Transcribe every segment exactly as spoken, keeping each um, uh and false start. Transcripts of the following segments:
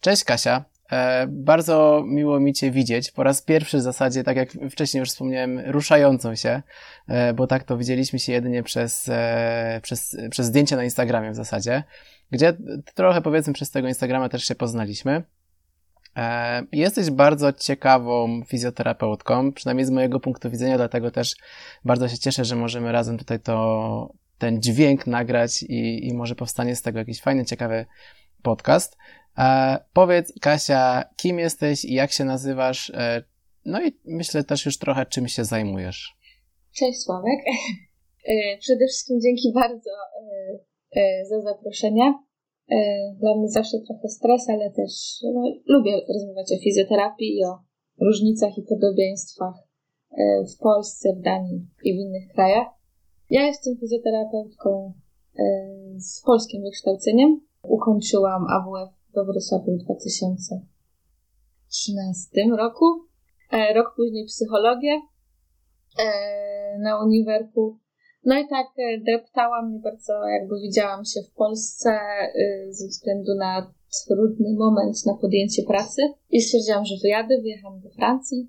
Cześć Kasia, e, bardzo miło mi Cię widzieć. Po raz pierwszy w zasadzie, tak jak wcześniej już wspomniałem, ruszającą się, e, bo tak to widzieliśmy się jedynie przez, e, przez, przez zdjęcia na Instagramie w zasadzie, gdzie trochę powiedzmy przez tego Instagrama też się poznaliśmy. E, jesteś bardzo ciekawą fizjoterapeutką, przynajmniej z mojego punktu widzenia, dlatego też bardzo się cieszę, że możemy razem tutaj to, ten dźwięk nagrać i, i może powstanie z tego jakiś fajny, ciekawy podcast. E, powiedz, Kasia, kim jesteś i jak się nazywasz? E, no i myślę też już trochę, czym się zajmujesz. Cześć Sławek. E, przede wszystkim dzięki bardzo e, e, za zaproszenie. E, dla mnie zawsze trochę stres, ale też no, lubię rozmawiać o fizjoterapii i o różnicach i podobieństwach e, w Polsce, w Danii i w innych krajach. Ja jestem fizjoterapeutką e, z polskim wykształceniem. Ukończyłam A W F we Wrocławiu w dwa tysiące trzynastym roku. E, rok później psychologię e, na uniwerku. No i tak e, dreptałam, nie bardzo jakby widziałam się w Polsce e, ze względu na trudny moment na podjęcie pracy i stwierdziłam, że wyjadę, wyjechałam do Francji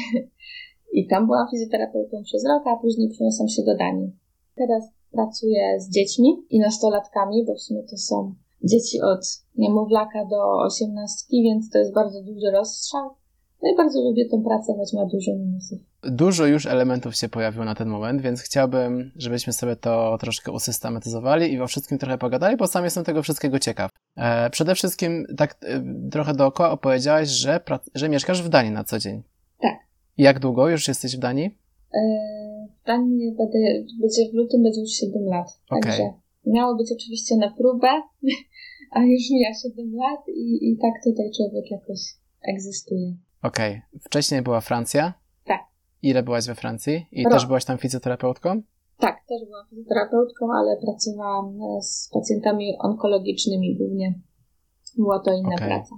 i tam byłam fizjoterapeutą przez rok, a później przeniosłam się do Danii. Teraz pracuję z dziećmi i nastolatkami, bo w sumie to są dzieci od niemowlaka do osiemnastki, więc to jest bardzo duży rozstrzał. No i bardzo lubię tą pracę, choć ma dużo minusów. Dużo już elementów się pojawiło na ten moment, więc chciałbym, żebyśmy sobie to troszkę usystematyzowali i o wszystkim trochę pogadali, bo sam jestem tego wszystkiego ciekaw. E, przede wszystkim tak e, trochę dookoła opowiedziałaś, że, pra- że mieszkasz w Danii na co dzień. Tak. Jak długo już jesteś w Danii? E, w Danii będę, będzie w lutym będzie już siedem lat. Okay. Także miało być oczywiście na próbę, a już mija siedem lat i, i tak tutaj człowiek jakoś egzystuje. Okej. Okay. Wcześniej była Francja? Tak. Ile byłaś we Francji? I Rok. Też byłaś tam fizjoterapeutką? Tak, też byłam fizjoterapeutką, ale pracowałam z pacjentami onkologicznymi głównie. Była to inna okay. praca.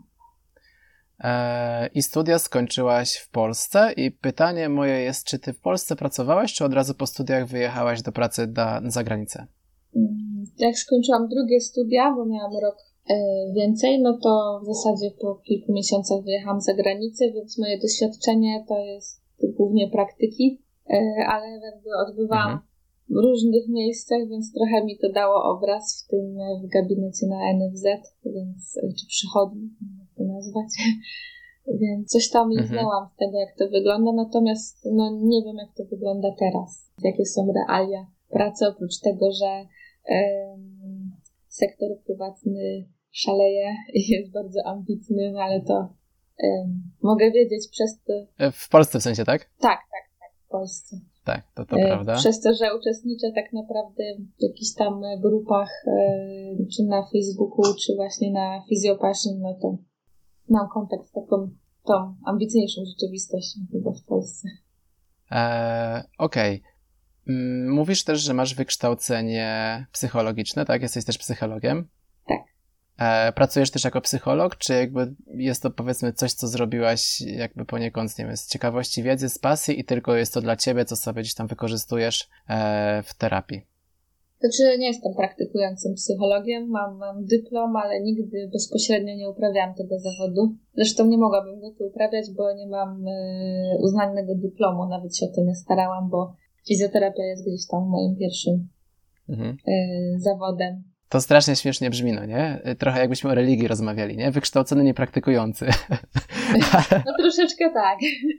Eee, I studia skończyłaś w Polsce i pytanie moje jest, czy ty w Polsce pracowałaś, czy od razu po studiach wyjechałaś do pracy da, za granicę? Jak skończyłam drugie studia, bo miałam rok e, więcej, no to w zasadzie po kilku miesiącach wyjechałam za granicę, więc moje doświadczenie to jest głównie praktyki, e, ale jakby odbywałam mhm. w różnych miejscach, więc trochę mi to dało obraz, w tym w gabinecie na N F Z, więc, czy przychodni, jak to nazwać. Więc coś tam liznęłam mhm. z tego, jak to wygląda, natomiast no, nie wiem, jak to wygląda teraz, jakie są realia pracy, oprócz tego, że um, sektor prywatny szaleje i jest bardzo ambitny, ale to um, mogę wiedzieć przez to... W Polsce w sensie, tak? Tak, tak, tak, w Polsce. Tak, to, to e, prawda. Przez to, że uczestniczę tak naprawdę w jakichś tam grupach, e, czy na Facebooku, czy właśnie na PhysioPassion, no to mam kontakt z taką tą ambitniejszą rzeczywistością chyba w Polsce. Eee, Okej. Okay. Mówisz też, że masz wykształcenie psychologiczne, tak? Jesteś też psychologiem? Tak. E, pracujesz też jako psycholog, czy jakby jest to powiedzmy coś, co zrobiłaś jakby poniekąd, nie wiem, z ciekawości wiedzy, z pasji i tylko jest to dla ciebie, co sobie gdzieś tam wykorzystujesz e, w terapii? Znaczy nie jestem praktykującym psychologiem, mam, mam dyplom, ale nigdy bezpośrednio nie uprawiałam tego zawodu. Zresztą nie mogłabym go tu uprawiać, bo nie mam e, uznanego dyplomu, nawet się o to nie starałam, bo fizjoterapia jest gdzieś tam moim pierwszym mhm. y, zawodem. To strasznie śmiesznie brzmi, no nie? Trochę jakbyśmy o religii rozmawiali, nie? Wykształcony, niepraktykujący. No troszeczkę tak.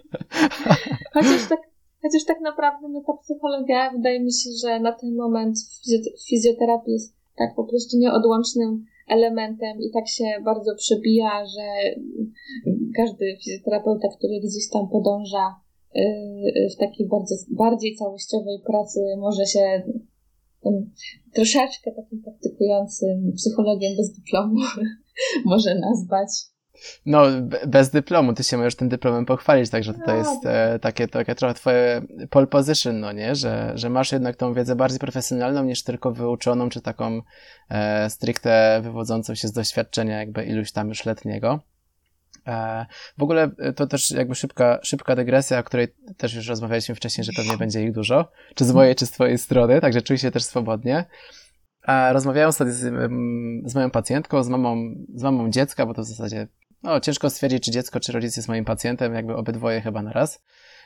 Chociaż tak, chociaż tak naprawdę no, ta psychologia, wydaje mi się, że na ten moment w fizjoterapii jest tak po prostu nieodłącznym elementem i tak się bardzo przebija, że każdy fizjoterapeuta, który gdzieś tam podąża w takiej bardzo, bardziej całościowej pracy może się um, troszeczkę takim praktykującym psychologiem bez dyplomu może nazwać. No, bez dyplomu, ty się możesz tym dyplomem pochwalić, także to no. jest e, takie, takie trochę twoje pole position, no nie? Że, że masz jednak tą wiedzę bardziej profesjonalną niż tylko wyuczoną, czy taką e, stricte wywodzącą się z doświadczenia jakby iluś tam już letniego. E, w ogóle to też jakby szybka, szybka dygresja, o której też już rozmawialiśmy wcześniej, że pewnie będzie ich dużo, czy z mojej, czy z twojej strony, także czuj się też swobodnie. A rozmawiałem sobie z, z moją pacjentką, z mamą, z mamą dziecka, bo to w zasadzie no ciężko stwierdzić, czy dziecko, czy rodzic jest moim pacjentem, jakby obydwoje chyba na raz.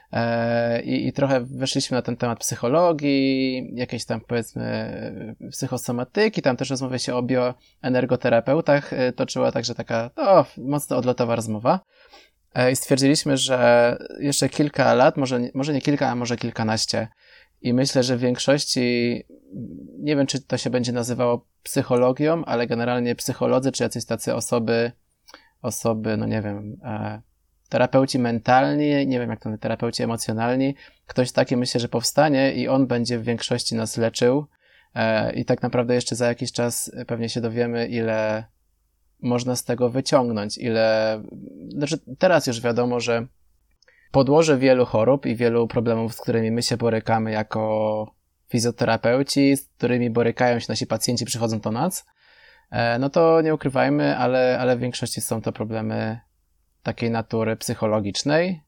I, I trochę weszliśmy na ten temat psychologii, jakiejś tam powiedzmy psychosomatyki, tam też rozmawia się o bioenergoterapeutach, toczyła także taka no, mocno odlotowa rozmowa. I stwierdziliśmy, że jeszcze kilka lat, może, może nie kilka, a może kilkanaście. I myślę, że w większości, nie wiem, czy to się będzie nazywało psychologią, ale generalnie psycholodzy, czy jacyś tacy osoby, osoby, no nie wiem, e, terapeuci mentalni, nie wiem jak to, terapeuci emocjonalni, ktoś taki myślę, że powstanie i on będzie w większości nas leczył e, i tak naprawdę jeszcze za jakiś czas pewnie się dowiemy, ile można z tego wyciągnąć, ile, znaczy teraz już wiadomo, że podłoże wielu chorób i wielu problemów, z którymi my się borykamy jako fizjoterapeuci, z którymi borykają się nasi pacjenci, przychodzą do nas, no to nie ukrywajmy, ale, ale w większości są to problemy takiej natury psychologicznej.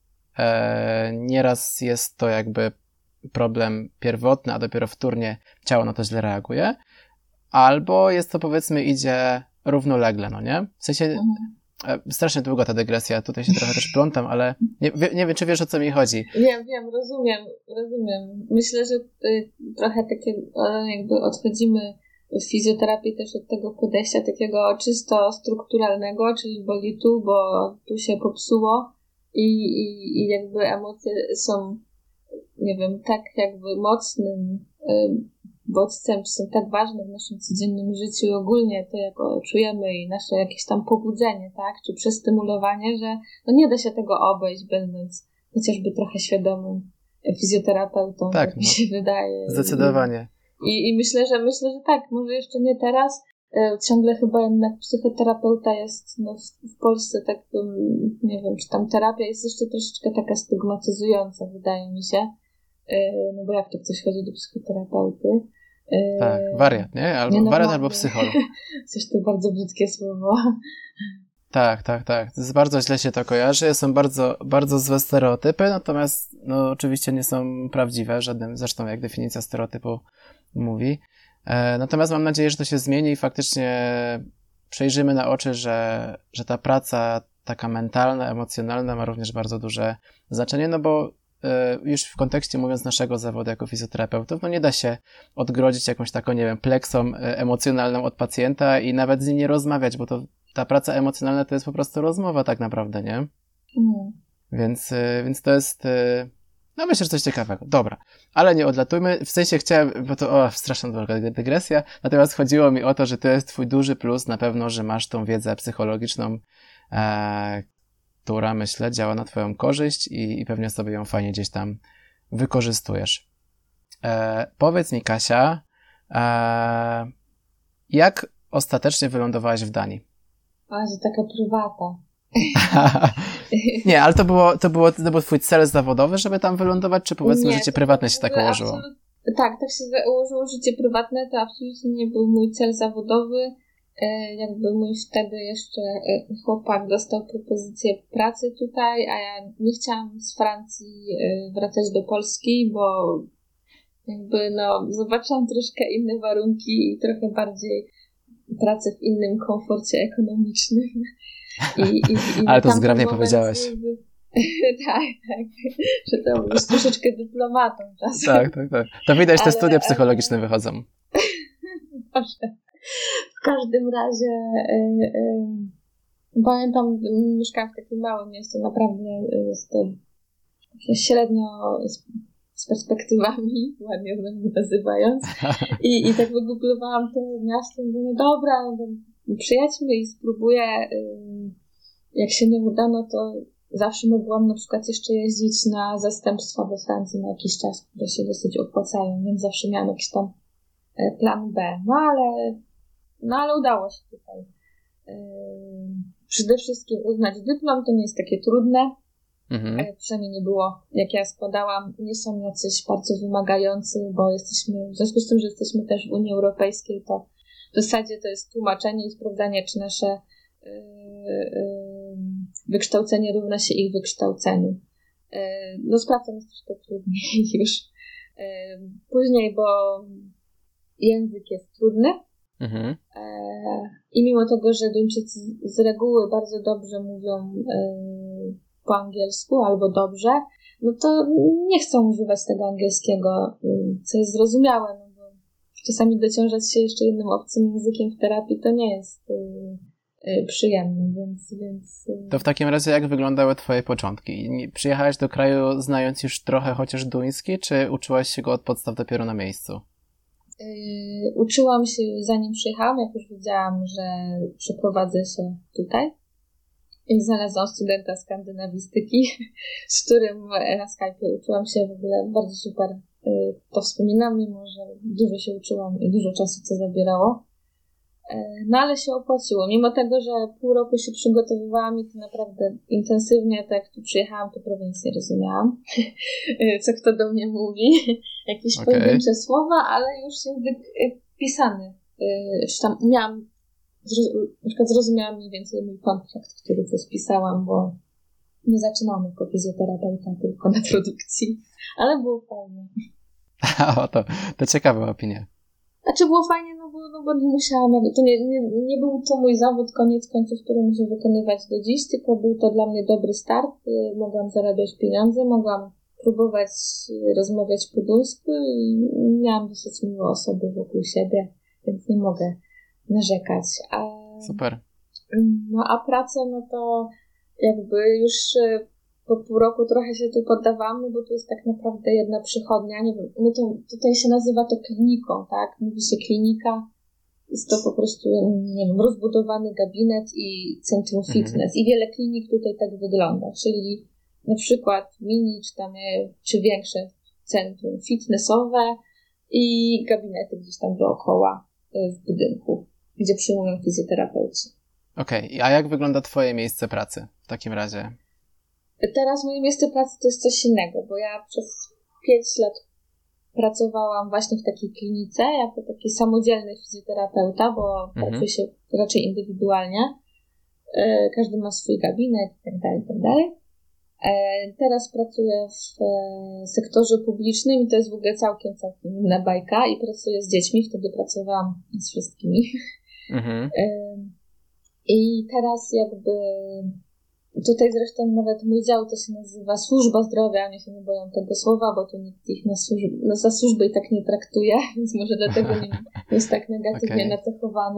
Nieraz jest to jakby problem pierwotny, a dopiero wtórnie ciało na to źle reaguje. Albo jest to, powiedzmy, idzie równolegle, no nie? W sensie... Mhm. Strasznie długa ta dygresja, tutaj się trochę też plątam, ale nie, nie wiem, czy wiesz, o co mi chodzi. Wiem, wiem, rozumiem, rozumiem. Myślę, że y, trochę takie jakby odchodzimy w fizjoterapii też od tego podejścia takiego czysto strukturalnego, czyli boli tu, bo tu się popsuło i, i, i jakby emocje są, nie wiem, tak jakby mocnym y, bodźcem, czy są tak ważne w naszym codziennym życiu i ogólnie to, jak czujemy i nasze jakieś tam pobudzenie, tak, czy przestymulowanie, że no nie da się tego obejść, będąc chociażby trochę świadomym fizjoterapeutą, tak, tak mi no, się wydaje. zdecydowanie. I, i myślę, że myślę, że tak, może jeszcze nie teraz. Ciągle chyba jednak psychoterapeuta jest no, w, w Polsce tak, nie wiem, czy tam terapia jest jeszcze troszeczkę taka stygmatyzująca, wydaje mi się. No bo jak to ktoś chodzi do psychoterapeuty? Tak, wariat, nie? Albo nie, wariat albo psycholog. Coś to bardzo brzydkie słowo. Tak, tak, tak. Bardzo źle się to kojarzy. Są bardzo, bardzo złe stereotypy, natomiast no oczywiście nie są prawdziwe, żadnym, zresztą jak definicja stereotypu mówi. E, natomiast mam nadzieję, że to się zmieni i faktycznie przejrzymy na oczy, że, że ta praca taka mentalna, emocjonalna ma również bardzo duże znaczenie, no bo już w kontekście mówiąc naszego zawodu jako fizjoterapeutów, no nie da się odgrodzić jakąś taką, nie wiem, pleksą emocjonalną od pacjenta i nawet z nim nie rozmawiać, bo to ta praca emocjonalna to jest po prostu rozmowa tak naprawdę, nie? Mm. Więc, więc to jest, no myślę, że coś ciekawego. Dobra, ale nie odlatujmy. W sensie chciałem, bo to, o, straszna długa dygresja, natomiast chodziło mi o to, że to jest twój duży plus na pewno, że masz tą wiedzę psychologiczną, e, która, myślę, działa na twoją korzyść i, i pewnie sobie ją fajnie gdzieś tam wykorzystujesz. E, powiedz mi, Kasia, e, jak ostatecznie wylądowałaś w Danii? A, że taka prywata. Nie, ale to było, to było, to był twój cel zawodowy, żeby tam wylądować, czy powiedzmy nie, życie prywatne się tak ułożyło? Absolut... Tak, tak się ułożyło życie prywatne, to absolutnie nie był mój cel zawodowy. Jakby mój wtedy jeszcze chłopak dostał propozycję pracy tutaj, a ja nie chciałam z Francji wracać do Polski, bo jakby no zobaczyłam troszkę inne warunki i trochę bardziej pracę w innym komforcie ekonomicznym. I, i, i Ale to zgrabnie powiedziałaś. Jakby... tak, tak, że to był troszeczkę dyplomatą czasem. Tak, tak, tak. To widać, te ale, studia psychologiczne ale... wychodzą. Proszę. W każdym razie yy, yy, pamiętam, mieszkałam w takim małym mieście, naprawdę jest to średnio z, z perspektywami, ładnie nazywając. I, i tak wygooglowałam to miasto i mówię, no dobra, no, przyjedźmy i spróbuję. Yy, jak się nie uda, no to zawsze mogłam na przykład jeszcze jeździć na zastępstwa we Francji na jakiś czas, które się dosyć opłacają, więc zawsze miałam jakiś tam plan B. No ale No ale udało się tutaj. Yy, przede wszystkim uznać dyplom, to nie jest takie trudne. Mhm. Yy, przynajmniej nie było, jak ja składałam. Nie są jacyś bardzo wymagający, bo jesteśmy, w związku z tym, że jesteśmy też w Unii Europejskiej, to w zasadzie to jest tłumaczenie i sprawdzanie, czy nasze yy, yy, wykształcenie równa się ich wykształceniu. Yy, no z pracą jest troszkę trudniej już. Yy, później, bo język jest trudny. Mhm. I mimo tego, że Duńczycy z reguły bardzo dobrze mówią po angielsku albo dobrze, no to nie chcą używać tego angielskiego, co jest zrozumiałe, no bo czasami dociążać się jeszcze jednym obcym językiem w terapii to nie jest przyjemne, więc, więc... To w takim razie jak wyglądały twoje początki? Przyjechałaś do kraju znając już trochę chociaż duński, czy uczyłaś się go od podstaw dopiero na miejscu? Yy, uczyłam się zanim przyjechałam, jak już wiedziałam, że przeprowadzę się tutaj i znalazłam studenta skandynawistyki, z którym na Skype'ie uczyłam się w ogóle bardzo super. Yy, to wspominam, mimo że dużo się uczyłam i dużo czasu co zabierało. No ale się opłaciło. Mimo tego, że pół roku się przygotowywałam i to naprawdę intensywnie, tak jak tu przyjechałam, to prawie nic nie rozumiałam, co kto do mnie mówi. Jakieś okay. pojedyncze słowa, ale już język pisany. Czy tam miałam, na przykład zrozumiałam mniej więcej mój kontrakt, który to spisałam, bo nie zaczynałam jako fizjoterapeuta, tylko na produkcji. Ale było fajnie. O, to, to ciekawa opinia. Znaczy było fajnie, no bo, no bo nie musiałam, to nie, nie, nie był to mój zawód, koniec końców, który muszę wykonywać do dziś, tylko był to dla mnie dobry start. Mogłam zarabiać pieniądze, mogłam próbować rozmawiać po duńsku i miałam dosyć miłe osoby wokół siebie, więc nie mogę narzekać. A, super. No a pracę, no to jakby już po pół roku trochę się tu poddawałam, no bo tu jest tak naprawdę jedna przychodnia, nie wiem, no to tutaj się nazywa to kliniką, tak? Mówi się klinika, jest to po prostu, nie wiem, rozbudowany gabinet i centrum fitness. Mhm. I wiele klinik tutaj tak wygląda, czyli na przykład mini, czy tam, czy większe centrum fitnessowe i gabinety gdzieś tam dookoła w budynku, gdzie przyjmują fizjoterapeuci. Okej, okay. A jak wygląda twoje miejsce pracy w takim razie? Teraz moje miejsce pracy to jest coś innego, bo ja przez pięć lat pracowałam właśnie w takiej klinice, jako taki samodzielny fizjoterapeuta, bo mhm. pracuje się raczej indywidualnie. Każdy ma swój gabinet i tak dalej, i tak dalej. Teraz pracuję w sektorze publicznym i to jest w ogóle całkiem, całkiem inna bajka i pracuję z dziećmi, wtedy pracowałam z wszystkimi. Mhm. I teraz jakby tutaj zresztą nawet mój dział to się nazywa służba zdrowia, oni się nie boją tego słowa, bo tu nikt ich na, służb, no, za służbę i tak nie traktuje, więc może dlatego nie jest tak negatywnie okay. nacechowane.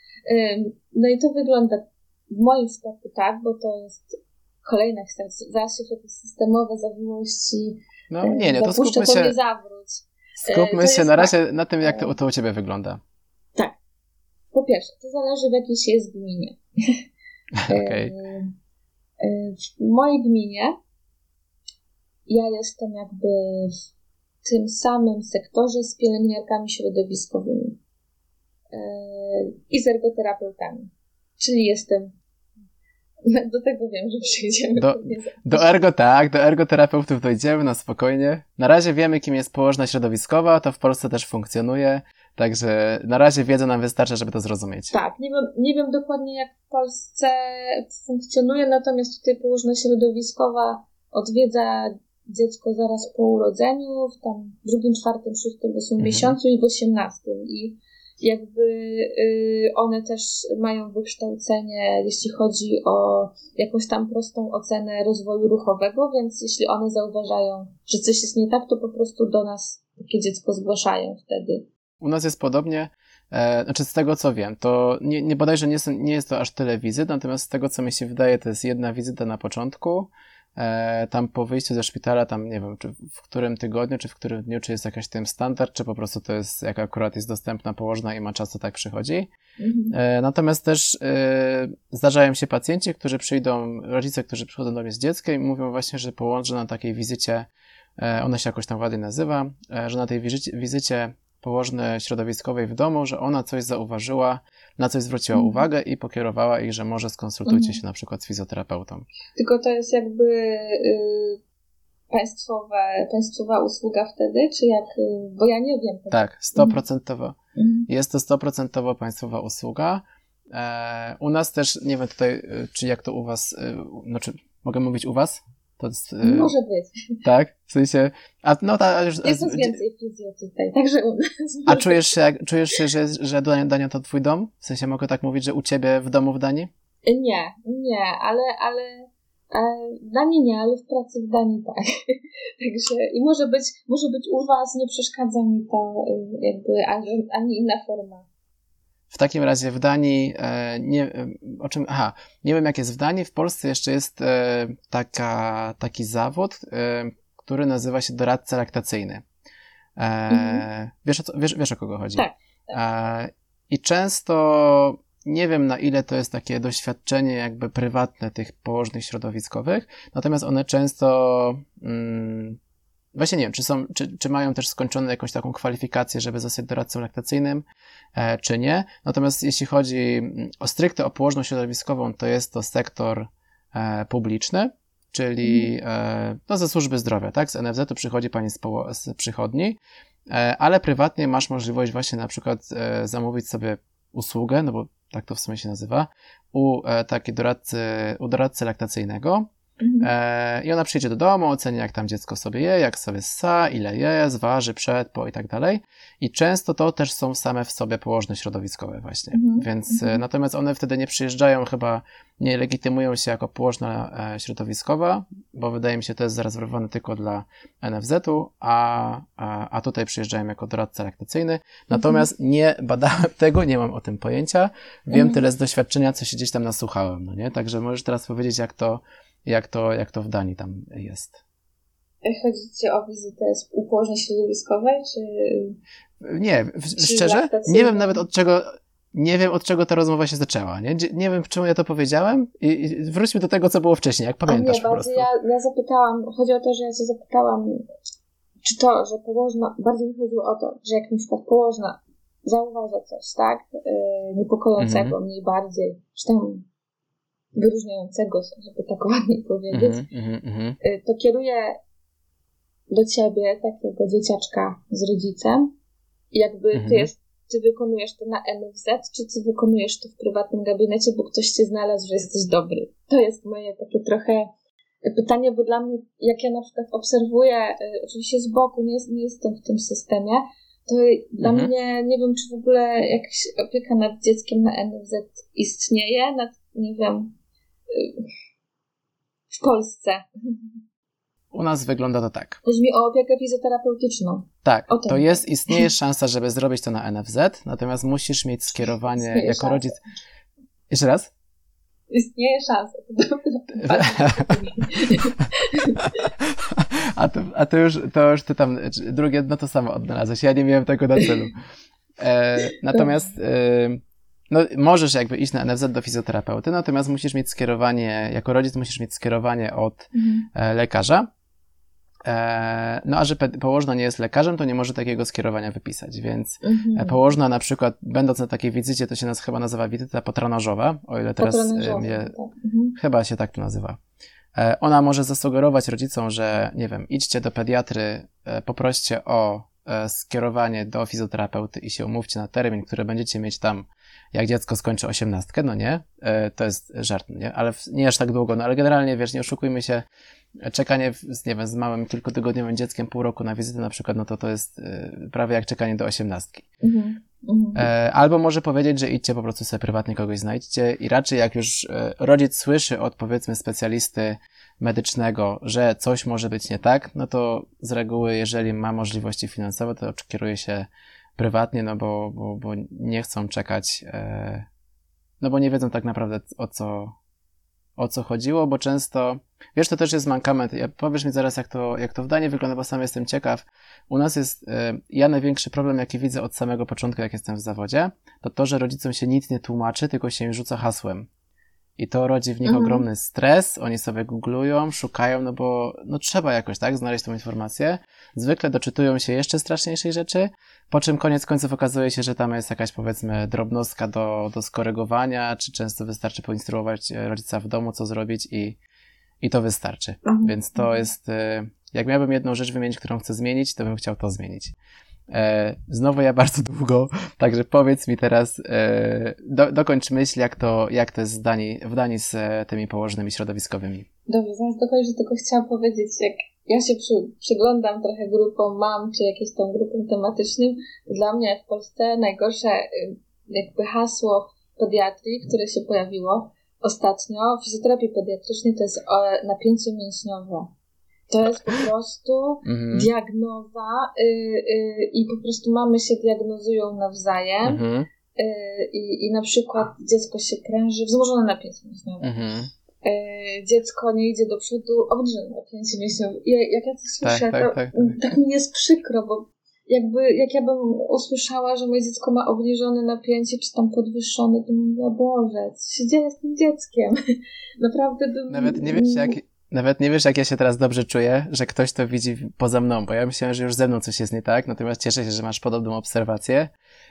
No i to wygląda w moim przypadku tak, bo to jest kolejna historia, zaraz się w jakieś systemowe zawiłości no nie, nie, to skupmy się, nie zawróć. Skupmy się na razie tak, na tym, jak to, to u ciebie wygląda. Tak. Po pierwsze, to zależy w jakiej się jest gminie. Okej. Okay. W mojej gminie ja jestem jakby w tym samym sektorze z pielęgniarkami środowiskowymi i z ergoterapeutami. Czyli jestem, do tego wiem, że przyjdziemy. Do, do ergo tak, do ergoterapeutów dojdziemy na spokojnie. Na razie wiemy, kim jest położna środowiskowa, to w Polsce też funkcjonuje. Także na razie wiedza nam wystarcza, żeby to zrozumieć. Tak, nie wiem, nie wiem dokładnie jak w Polsce funkcjonuje, natomiast tutaj położna środowiskowa odwiedza dziecko zaraz po urodzeniu, w tam drugim, czwartym, szóstym, ósmym mhm. miesiącu i w osiemnastym. I jakby y, one też mają wykształcenie, jeśli chodzi o jakąś tam prostą ocenę rozwoju ruchowego, więc jeśli one zauważają, że coś jest nie tak, to po prostu do nas takie dziecko zgłaszają wtedy. U nas jest podobnie, e, znaczy z tego co wiem, to nie, nie bodajże nie, nie jest to aż tyle wizyt, natomiast z tego co mi się wydaje, to jest jedna wizyta na początku, e, tam po wyjściu ze szpitala, tam nie wiem, czy w którym tygodniu, czy w którym dniu, czy jest jakaś tym standard, czy po prostu to jest, jak akurat jest dostępna położna i ma czas, to tak przychodzi. Mhm. E, natomiast też e, zdarzają się pacjenci, którzy przyjdą, rodzice, którzy przychodzą do mnie z dzieckiem i mówią właśnie, że położna na takiej wizycie, e, ona się jakoś tam ładnie nazywa, e, że na tej wizycie, wizycie położnej środowiskowej w domu, że ona coś zauważyła, na coś zwróciła mm. uwagę i pokierowała ich, że może skonsultujcie mm. się na przykład z fizjoterapeutą. Tylko to jest jakby y, państwowe, państwowa usługa wtedy, czy jak, y, bo ja nie wiem. Tak, stoprocentowo. Mm. Jest to stoprocentowo państwowa usługa. E, u nas też, nie wiem tutaj, czy jak to u was, y, znaczy mogę mówić u was? To jest, Może być. Tak? W sensie... A, no, ta, jest a, więcej fizjo tutaj, także u nas. A czujesz się, czujesz się że, że Dania to twój dom? W sensie mogę tak mówić, że u ciebie w domu w Danii? Nie, nie, ale, ale w Danii nie, ale w pracy w Danii tak. Także i może być, może być u was, nie przeszkadza mi to jakby ani, ani inna forma. W takim razie w Danii, e, nie, o czym, aha, nie wiem jak jest w Danii, w Polsce jeszcze jest e, taka, taki zawód, e, który nazywa się doradca laktacyjny. E, mhm. wiesz, o co, wiesz, wiesz o kogo chodzi? Tak. tak. E, I często, nie wiem na ile to jest takie doświadczenie jakby prywatne tych położnych środowiskowych, natomiast one często... Mm, Właśnie nie wiem, czy, są, czy, czy mają też skończoną jakąś taką kwalifikację, żeby zostać doradcą laktacyjnym, e, czy nie. Natomiast jeśli chodzi o stricte o położność środowiskową, to jest to sektor e, publiczny, czyli e, no, ze służby zdrowia, tak? Z N F Z-u przychodzi pani z, poło- z przychodni, e, ale prywatnie masz możliwość właśnie na przykład e, zamówić sobie usługę, no bo tak to w sumie się nazywa, u e, takiej doradcy, u doradcy laktacyjnego. Mhm. E, I ona przyjdzie do domu, oceni jak tam dziecko sobie je, jak sobie ssa, ile je, zważy, przed, po i tak dalej. I często to też są same w sobie położne środowiskowe właśnie. Mhm. Więc mhm. natomiast one wtedy nie przyjeżdżają, chyba nie legitymują się jako położna e, środowiskowa, bo wydaje mi się, to jest zarezerwowane tylko dla N F Z-u, a, a, a tutaj przyjeżdżają jako doradca laktacyjny. Natomiast mhm. nie badałem tego, nie mam o tym pojęcia. Wiem mhm. tyle z doświadczenia, co się gdzieś tam nasłuchałem, no nie? Także możesz teraz powiedzieć, jak to Jak to, jak to w Danii tam jest? Chodzi ci o wizytę u położnej środowiskowej, czy... Nie, czy szczerze, nie wiem nawet od czego, nie wiem od czego ta rozmowa się zaczęła, nie? Nie wiem, czemu ja to powiedziałem i, i wróćmy do tego, co było wcześniej, jak pamiętasz. A nie, po prostu. Ja, ja zapytałam, chodzi o to, że ja cię zapytałam, czy to, że położna, bardziej mi chodziło o to, że jak na przykład położna zauważa coś, tak, yy, niepokojącego mhm. mniej bardziej, czy tam wyróżniającego się, żeby tak ładnie powiedzieć, mm-hmm, mm-hmm. to kieruje do ciebie takiego dzieciaczka z rodzicem i jakby mm-hmm. ty, jest, ty wykonujesz to na N F Z, czy ty wykonujesz to w prywatnym gabinecie, bo ktoś cię znalazł, że jesteś dobry. To jest moje takie trochę pytanie, bo dla mnie, jak ja na przykład obserwuję, oczywiście z boku, nie, jest, nie jestem w tym systemie, to dla mm-hmm. mnie, nie wiem, czy w ogóle jakaś opieka nad dzieckiem na N F Z istnieje, nad, nie wiem, w Polsce. U nas wygląda to tak. Chodzi mi o opiekę fizjoterapeutyczną. Tak, to jest, istnieje szansa, żeby zrobić to na N F Z, natomiast musisz mieć skierowanie istnieje jako szansa. Rodzic... Jeszcze raz? Istnieje szansa. a, to, a to, już, to już ty tam drugie, no to samo odnalazłeś. Ja nie miałem tego na celu. E, natomiast... E, No, możesz jakby iść na N F Z do fizjoterapeuty, natomiast musisz mieć skierowanie, jako rodzic musisz mieć skierowanie od mhm. e, lekarza. E, no a że pe- położna nie jest lekarzem, to nie może takiego skierowania wypisać, więc mhm. e, położna na przykład, będąc na takiej wizycie, to się nas chyba nazywa wizyta patronażowa, o ile teraz e, mnie, tak. mhm. chyba się tak to nazywa. E, ona może zasugerować rodzicom, że nie wiem, idźcie do pediatry, e, poproście o e, skierowanie do fizjoterapeuty i się umówcie na termin, który będziecie mieć tam, jak dziecko skończy osiemnastkę, no nie, e, to jest żart, nie, ale w, nie aż tak długo, no ale generalnie, wiesz, nie oszukujmy się, czekanie, w, nie wiem, z małym kilkutygodniowym dzieckiem pół roku na wizytę na przykład, no to to jest e, prawie jak czekanie do osiemnastki. Mhm. E, albo może powiedzieć, że idźcie po prostu sobie prywatnie kogoś znajdźcie i raczej jak już e, rodzic słyszy od, powiedzmy, specjalisty medycznego, że coś może być nie tak, no to z reguły, jeżeli ma możliwości finansowe, to kieruje się prywatnie, no bo, bo, bo nie chcą czekać, e, no bo nie wiedzą tak naprawdę o co, o co chodziło, bo często, wiesz, to też jest mankament. Ja, powiesz mi zaraz, jak to, jak to w Danii wygląda, bo sam jestem ciekaw. U nas jest, e, ja największy problem, jaki widzę od samego początku, jak jestem w zawodzie, to to, że rodzicom się nic nie tłumaczy, tylko się im rzuca hasłem. I to rodzi w nich mhm. ogromny stres, oni sobie googlują, szukają, no bo no trzeba jakoś, tak, znaleźć tą informację. Zwykle doczytują się jeszcze straszniejszej rzeczy, po czym koniec końców okazuje się, że tam jest jakaś, powiedzmy, drobnostka do, do skorygowania, czy często wystarczy poinstruować rodzica w domu, co zrobić i, i to wystarczy. Mhm. Więc to jest, jak miałbym jedną rzecz wymienić, którą chcę zmienić, to bym chciał to zmienić. E, znowu ja bardzo długo, także powiedz mi teraz, e, do, dokończ myśl, jak to, jak to jest w Danii, w Danii z e, tymi położonymi środowiskowymi. Dobrze, zaraz dokończę, tylko chciałam powiedzieć, jak ja się przy, przyglądam trochę grupom mam, czy jakimś tam grupom tematycznym, dla mnie w Polsce najgorsze jakby hasło pediatrii, które się pojawiło ostatnio, w fizjoterapii pediatrycznej, to jest napięcie mięśniowe. To jest po prostu mm-hmm. diagnoza y, y, i po prostu mamy się diagnozują nawzajem mm-hmm. y, i, i na przykład dziecko się pręży, wzmożone napięcie mięśniowe. Mm-hmm. Y, dziecko nie idzie do przodu, obniżone napięcie mięśniowe. I jak ja to słyszę, tak, to tak, tak, tak. tak mi jest przykro, bo jakby jak ja bym usłyszała, że moje dziecko ma obniżone napięcie, czy tam podwyższone, to mówię, Boże, co się dzieje z tym dzieckiem? Naprawdę bym... Nawet nie wiesz, jak... Nawet nie wiesz, jak ja się teraz dobrze czuję, że ktoś to widzi poza mną, bo ja myślałem, że już ze mną coś jest nie tak, natomiast cieszę się, że masz podobną obserwację.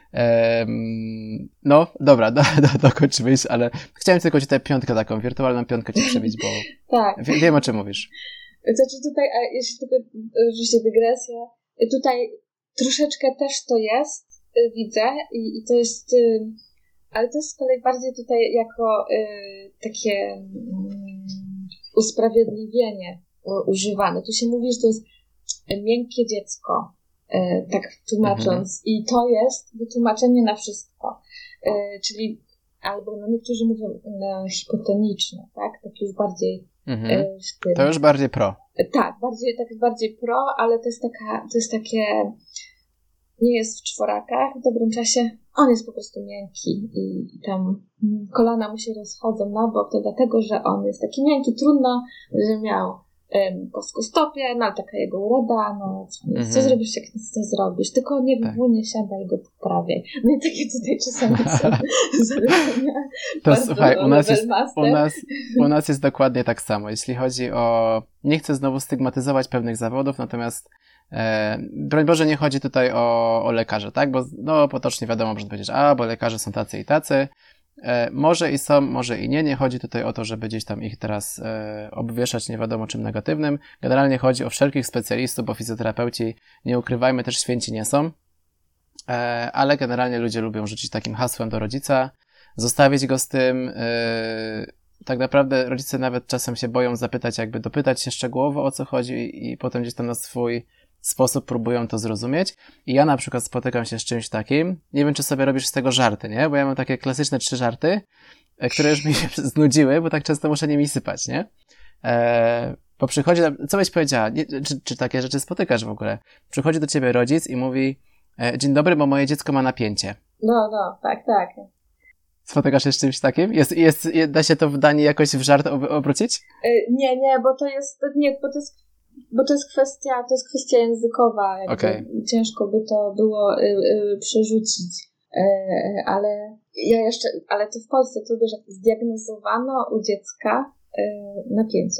Um, no, dobra, do, do, dokończ myśl, ale chciałem tylko ci tę piątkę taką, wirtualną piątkę ci przybić, bo tak. wie, wiem, o czym mówisz. Znaczy tutaj, a jeśli tylko oczywiście dygresja, tutaj troszeczkę też to jest, widzę i, i to jest, ale to jest z kolei bardziej tutaj jako y, takie... usprawiedliwienie używane. Tu się mówi, że to jest miękkie dziecko, tak tłumacząc. Mhm. I to jest wytłumaczenie na wszystko. Czyli albo no niektórzy mówią no, hipotoniczne, tak? Tak już bardziej mhm. w tym. To już bardziej pro. Tak, bardziej, tak bardziej pro, ale to jest taka, to jest takie nie jest w czworakach w dobrym czasie. On jest po prostu miękki i tam kolana mu się rozchodzą na bok, to dlatego, że on jest taki miękki. Trudno, że miał um, płaskostopie, no ale taka jego uroda, no co, mm-hmm. co zrobisz, jak nic nie zrobisz? Tylko nie w błónie siadaj go poprawiaj. No i takie tutaj czasami są zalecenia. To słuchaj, u nas, jest, u, nas, u nas jest dokładnie tak samo. Jeśli chodzi o... Nie chcę znowu stygmatyzować pewnych zawodów, natomiast E, broń Boże, nie chodzi tutaj o, o lekarzy, tak? Bo no, potocznie wiadomo, można powiedzieć, a, bo lekarze są tacy i tacy. E, może i są, może i nie. Nie chodzi tutaj o to, żeby gdzieś tam ich teraz e, obwieszać nie wiadomo czym negatywnym. Generalnie chodzi o wszelkich specjalistów, bo fizjoterapeuci, nie ukrywajmy, też święci nie są. E, ale generalnie ludzie lubią rzucić takim hasłem do rodzica, zostawić go z tym. E, tak naprawdę rodzice nawet czasem się boją zapytać, jakby dopytać się szczegółowo o co chodzi i, i potem gdzieś tam na swój sposób próbują to zrozumieć. I ja na przykład spotykam się z czymś takim, nie wiem, czy sobie robisz z tego żarty, nie? Bo ja mam takie klasyczne trzy żarty, które już mi się znudziły, bo tak często muszę nimi sypać, nie? Eee, bo przychodzi, co byś powiedziała? Nie, czy, czy takie rzeczy spotykasz w ogóle? Przychodzi do ciebie rodzic i mówi, e, dzień dobry, bo moje dziecko ma napięcie. No, no, tak, tak. Spotykasz się z czymś takim? Jest, jest, da się to w Danii jakoś w żart ob- obrócić? Yy, nie, nie, bo to jest, nie, bo to jest Bo to jest kwestia, to jest kwestia językowa, jakby okay. Ciężko by to było y, y, przerzucić, y, ale ja jeszcze, ale to w Polsce to wiesz, jak zdiagnozowano u dziecka y, napięcie.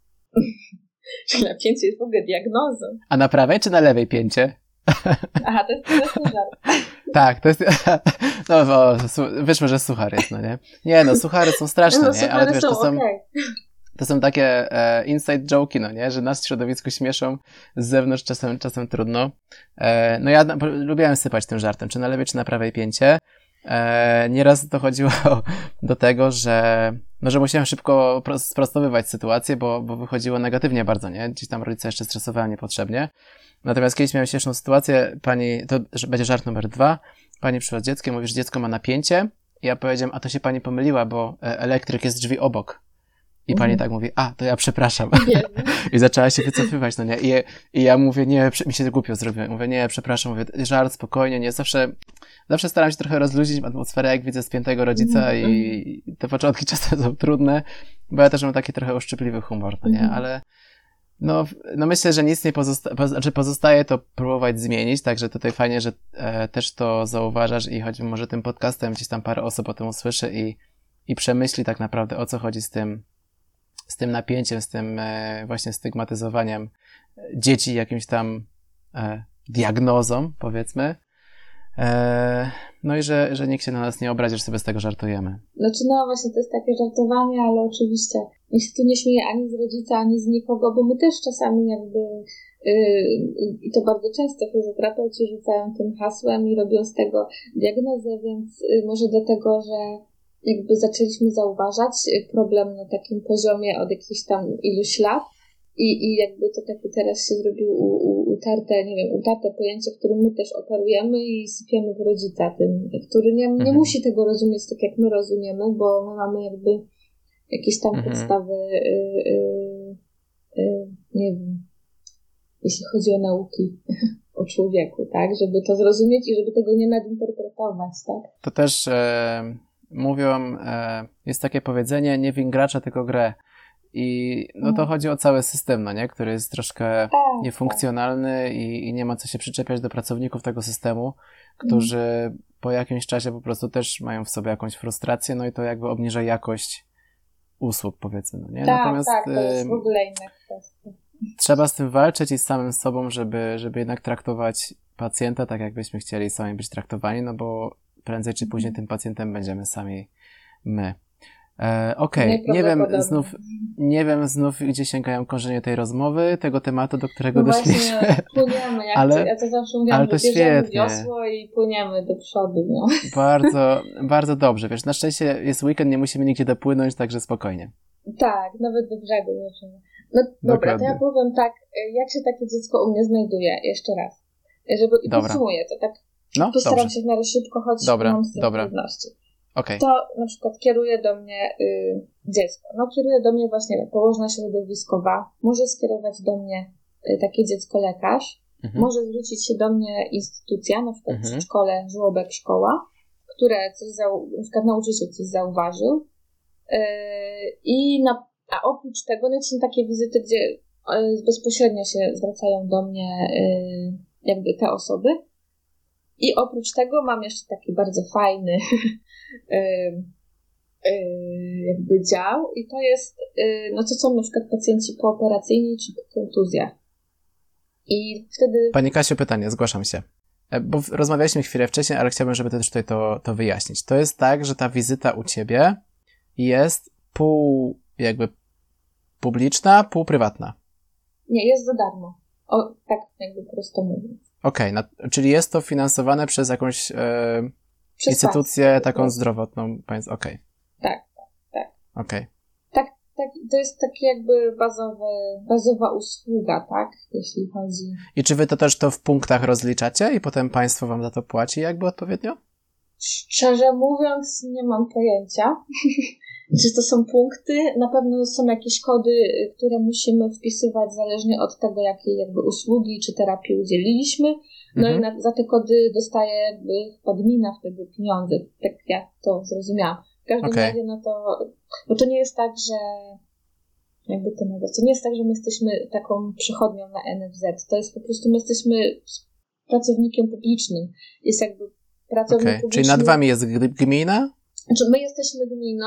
Czyli napięcie jest w ogóle diagnozą. A na prawej czy na lewej pięcie? Aha, to jest, to jest ten żart. Tak, to jest, no bo wyszło, że suchar jest, no nie? Nie no, suchary są straszne, no, nie? Ale wiesz, to są... Okay. To są takie e, inside joke'i, no nie? Że nas w środowisku śmieszą, z zewnątrz czasem, czasem trudno. E, no ja na, lubiłem sypać tym żartem, czy na lewej, czy na prawej pięcie. E, nieraz dochodziło do tego, że, no, że musiałem szybko sprostowywać sytuację, bo, bo wychodziło negatywnie bardzo, nie? Gdzieś tam rodzice jeszcze stresowałem niepotrzebnie. Natomiast kiedyś miałem śmieszną sytuację, pani, to będzie żart numer dwa, pani przyszła z dzieckiem, mówi, że dziecko ma napięcie. I ja powiedziałem, a to się pani pomyliła, bo elektryk jest drzwi obok. I pani tak mówi, a, to ja przepraszam. I zaczęła się wycofywać, no nie? I, i ja mówię, nie, mi się głupio zrobiło. Mówię, nie, przepraszam, mówię, żart, spokojnie, nie, zawsze, zawsze staram się trochę rozluźnić atmosferę, jak widzę spiętego rodzica i te początki czasem są trudne, bo ja też mam taki trochę uszczypliwy humor, no nie? Ale no, no myślę, że nic nie pozostaje, poz, znaczy pozostaje to próbować zmienić, także tutaj fajnie, że e, też to zauważasz i choćby może tym podcastem gdzieś tam parę osób o tym usłyszy i, i przemyśli tak naprawdę, o co chodzi z tym, z tym napięciem, z tym e, właśnie stygmatyzowaniem dzieci jakimś tam e, diagnozą, powiedzmy. E, no i że, że nikt się na nas nie obrazi, że sobie z tego żartujemy. Znaczy no właśnie to jest takie żartowanie, ale oczywiście nikt się tu nie śmieje ani z rodzica, ani z nikogo, bo my też czasami jakby i to bardzo często fizjoterapeuci rzucają tym hasłem i robią z tego diagnozę, więc może dlatego, że jakby zaczęliśmy zauważać problem na takim poziomie od jakichś tam iluś lat i, i jakby to tak teraz się zrobił u, u, utarte, nie wiem, utarte pojęcie, którym my też operujemy i sypiemy w rodzica tym, który nie, nie mhm. musi tego rozumieć tak jak my rozumiemy, bo my mamy jakby jakieś tam mhm. podstawy y, y, y, nie wiem, jeśli chodzi o nauki o człowieku, tak, żeby to zrozumieć i żeby tego nie nadinterpretować, tak. To też e, mówią, e, jest takie powiedzenie, nie win gracza, tylko grę. I no to chodzi o cały system, no nie? Który jest troszkę niefunkcjonalny i, i nie ma co się przyczepiać do pracowników tego systemu, którzy mm. po jakimś czasie po prostu też mają w sobie jakąś frustrację, no i to jakby obniża jakość usług, powiedzmy, no nie? Tak, Natomiast, tak, to jest w ogóle inna kwestia. Trzeba z tym walczyć i z samym sobą, żeby, żeby jednak traktować pacjenta tak, jakbyśmy chcieli sami być traktowani, no bo prędzej czy później tym pacjentem będziemy sami my. E, Okej, okay. nie wiem znów, nie wiem znów, gdzie sięgają korzenie tej rozmowy, tego tematu, do którego no doszliśmy. Właśnie, płyniemy, jak ale, to, ja to zawsze mówiłam, ale to świetnie. Wiosło i płyniemy do przodu. No. Bardzo, bardzo dobrze, wiesz, na szczęście jest weekend, nie musimy nigdzie dopłynąć, także spokojnie. Tak, nawet do brzegu możemy. No dobra, Dokładnie. To ja powiem tak, jak się takie dziecko u mnie znajduje, jeszcze raz, żeby i podsumuję to tak, no, postaram dobrze. się w miarę szybko, choć dobra, mam z tym trudności. Okay. To na przykład kieruje do mnie y, dziecko. No kieruje do mnie właśnie położna środowiskowa. Może skierować do mnie y, takie dziecko lekarz. Mhm. Może zwrócić się do mnie instytucja, na przykład mhm. przedszkole, żłobek, szkoła, które coś zau- na przykład nauczyciel coś zauważył. Y, I na, a oprócz tego no, są takie wizyty, gdzie y, bezpośrednio się zwracają do mnie y, jakby te osoby. I oprócz tego mam jeszcze taki bardzo fajny yy, yy, jakby dział i to jest, yy, no to są na przykład pacjenci pooperacyjni czy po kontuzjach. I wtedy... Pani Kasiu, pytanie, zgłaszam się. Bo rozmawialiśmy chwilę wcześniej, ale chciałbym, żeby też tutaj to, to wyjaśnić. To jest tak, że ta wizyta u ciebie jest pół jakby publiczna, pół prywatna. Nie, jest za darmo. O, tak jakby prosto mówiąc. Okej, okay, czyli jest to finansowane przez jakąś e, przez instytucję państwo, taką tak. zdrowotną. Okej. Okay. Tak, tak, tak. Okej. Okay. Tak, tak, to jest takie jakby bazowe, bazowa usługa, tak, jeśli chodzi. I czy wy to też to w punktach rozliczacie i potem państwo wam za to płaci jakby odpowiednio? Szczerze mówiąc, nie mam pojęcia. Czy to są punkty? Na pewno są jakieś kody, które musimy wpisywać zależnie od tego, jakiej jakby usługi czy terapii udzieliliśmy. No mhm. i na, za te kody dostaje jakby chyba gmina wtedy pieniądze. Tak jak to zrozumiałam. W każdym okay. razie, no to, bo to nie jest tak, że jakby to nazwać, to nie jest tak, że my jesteśmy taką przychodnią na N F Z. To jest po prostu, my jesteśmy pracownikiem publicznym. Jest jakby pracownik okay. publiczny. Czyli nad wami jest gmina? Znaczy my jesteśmy gminą,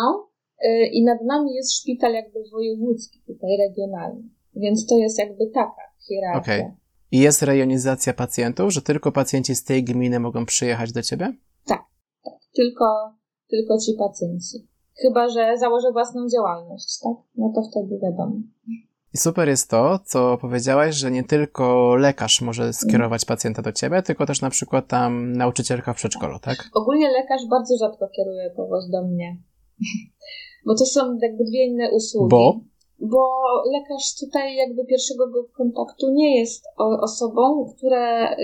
i nad nami jest szpital jakby wojewódzki, tutaj regionalny. Więc to jest jakby taka hierarchia. Okay. I jest rejonizacja pacjentów, że tylko pacjenci z tej gminy mogą przyjechać do ciebie? Tak, tak. Tylko, tylko ci pacjenci. Chyba że założę własną działalność, tak? No to wtedy wiadomo. I super jest to, co powiedziałaś, że nie tylko lekarz może skierować pacjenta do ciebie, tylko też na przykład tam nauczycielka w przedszkolu, tak? Ogólnie lekarz bardzo rzadko kieruje kogoś do mnie. Bo to są jakby dwie inne usługi. Bo? Bo lekarz tutaj jakby pierwszego kontaktu nie jest osobą, która,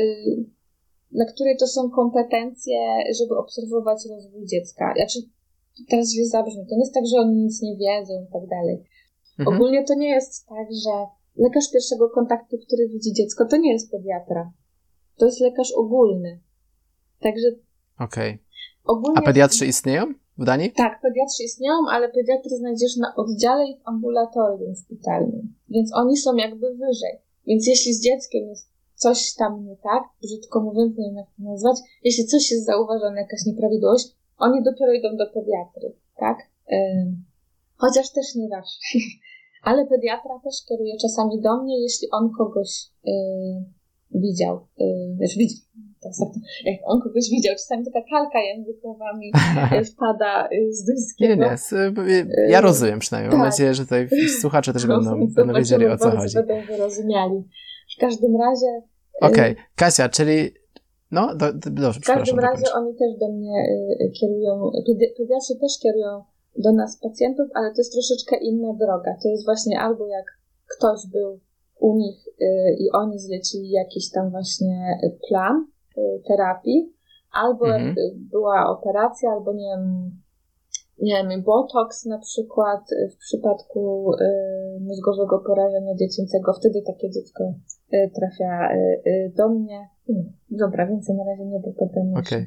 na której to są kompetencje, żeby obserwować rozwój dziecka. Znaczy, teraz źle zabrzmi, to nie jest tak, że oni nic nie wiedzą i tak dalej. Mhm. Ogólnie to nie jest tak, że lekarz pierwszego kontaktu, który widzi dziecko, to nie jest pediatra. To jest lekarz ogólny. Także... Okej. Okay. A pediatrzy istnieją w Danii? Tak, pediatrzy istnieją, ale pediatry znajdziesz na oddziale i w ambulatorium szpitalnym. Więc oni są jakby wyżej. Więc jeśli z dzieckiem jest coś tam nie tak, brzydko mówiąc, nie wiem jak to nazwać, jeśli coś jest zauważone, jakaś nieprawidłowość, oni dopiero idą do pediatry, tak? Ym, chociaż też nie zawsze. Ale pediatra też kieruje czasami do mnie, jeśli on kogoś yy, widział. Yy, wiesz, widział. Jak on kogoś widział, czasami taka kalka językowa mi wpada z duńskiego. Nie, nie, ja rozumiem przynajmniej. Mam tak. nadzieję, że tutaj słuchacze też będą, będą wiedzieli, o co chodzi. Będą wyrozumiali. W W każdym razie... Okej, okay. Kasia, czyli... No, do, do, dobrze, w każdym razie dokończę. Oni też do mnie kierują, pediatrzy też kierują do nas pacjentów, ale to jest troszeczkę inna droga. To jest właśnie albo jak ktoś był u nich i oni zlecili jakiś tam właśnie plan terapii, albo mhm. jak była operacja, albo nie wiem, nie wiem, botoks na przykład w przypadku mózgowego porażenia dziecięcego. Wtedy takie dziecko trafia do mnie. Dobra, więcej na razie nie, bo potem okay.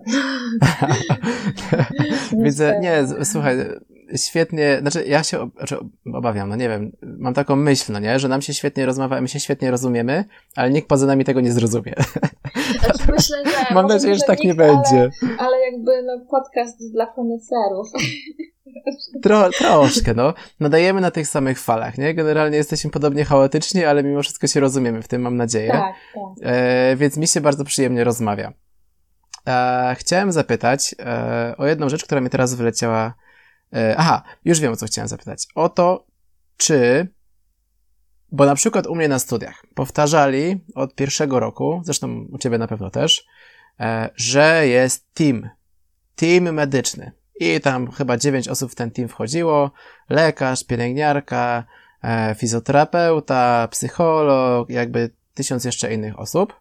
Widzę, nie, słuchaj, świetnie, znaczy ja się znaczy obawiam, no nie wiem, mam taką myśl, no nie, że nam się świetnie rozmawia, my się świetnie rozumiemy, ale nikt poza nami tego nie zrozumie. Znaczy myślę, że... Mam nadzieję, że tak nikt, nie będzie. Ale, ale jakby no, podcast dla koneserów. Tro, troszkę, no. Nadajemy na tych samych falach, nie? Generalnie jesteśmy podobnie chaotyczni, ale mimo wszystko się rozumiemy w tym, mam nadzieję. Tak, tak. E, więc mi się bardzo przyjemnie rozmawia. E, chciałem zapytać e, o jedną rzecz, która mi teraz wyleciała. E, aha, już wiem, o co chciałem zapytać. O to, czy... Bo na przykład u mnie na studiach powtarzali od pierwszego roku, zresztą u ciebie na pewno też, e, że jest team. Team medyczny. I tam chyba dziewięć osób w ten team wchodziło. Lekarz, pielęgniarka, e, fizjoterapeuta, psycholog, jakby tysiąc jeszcze innych osób.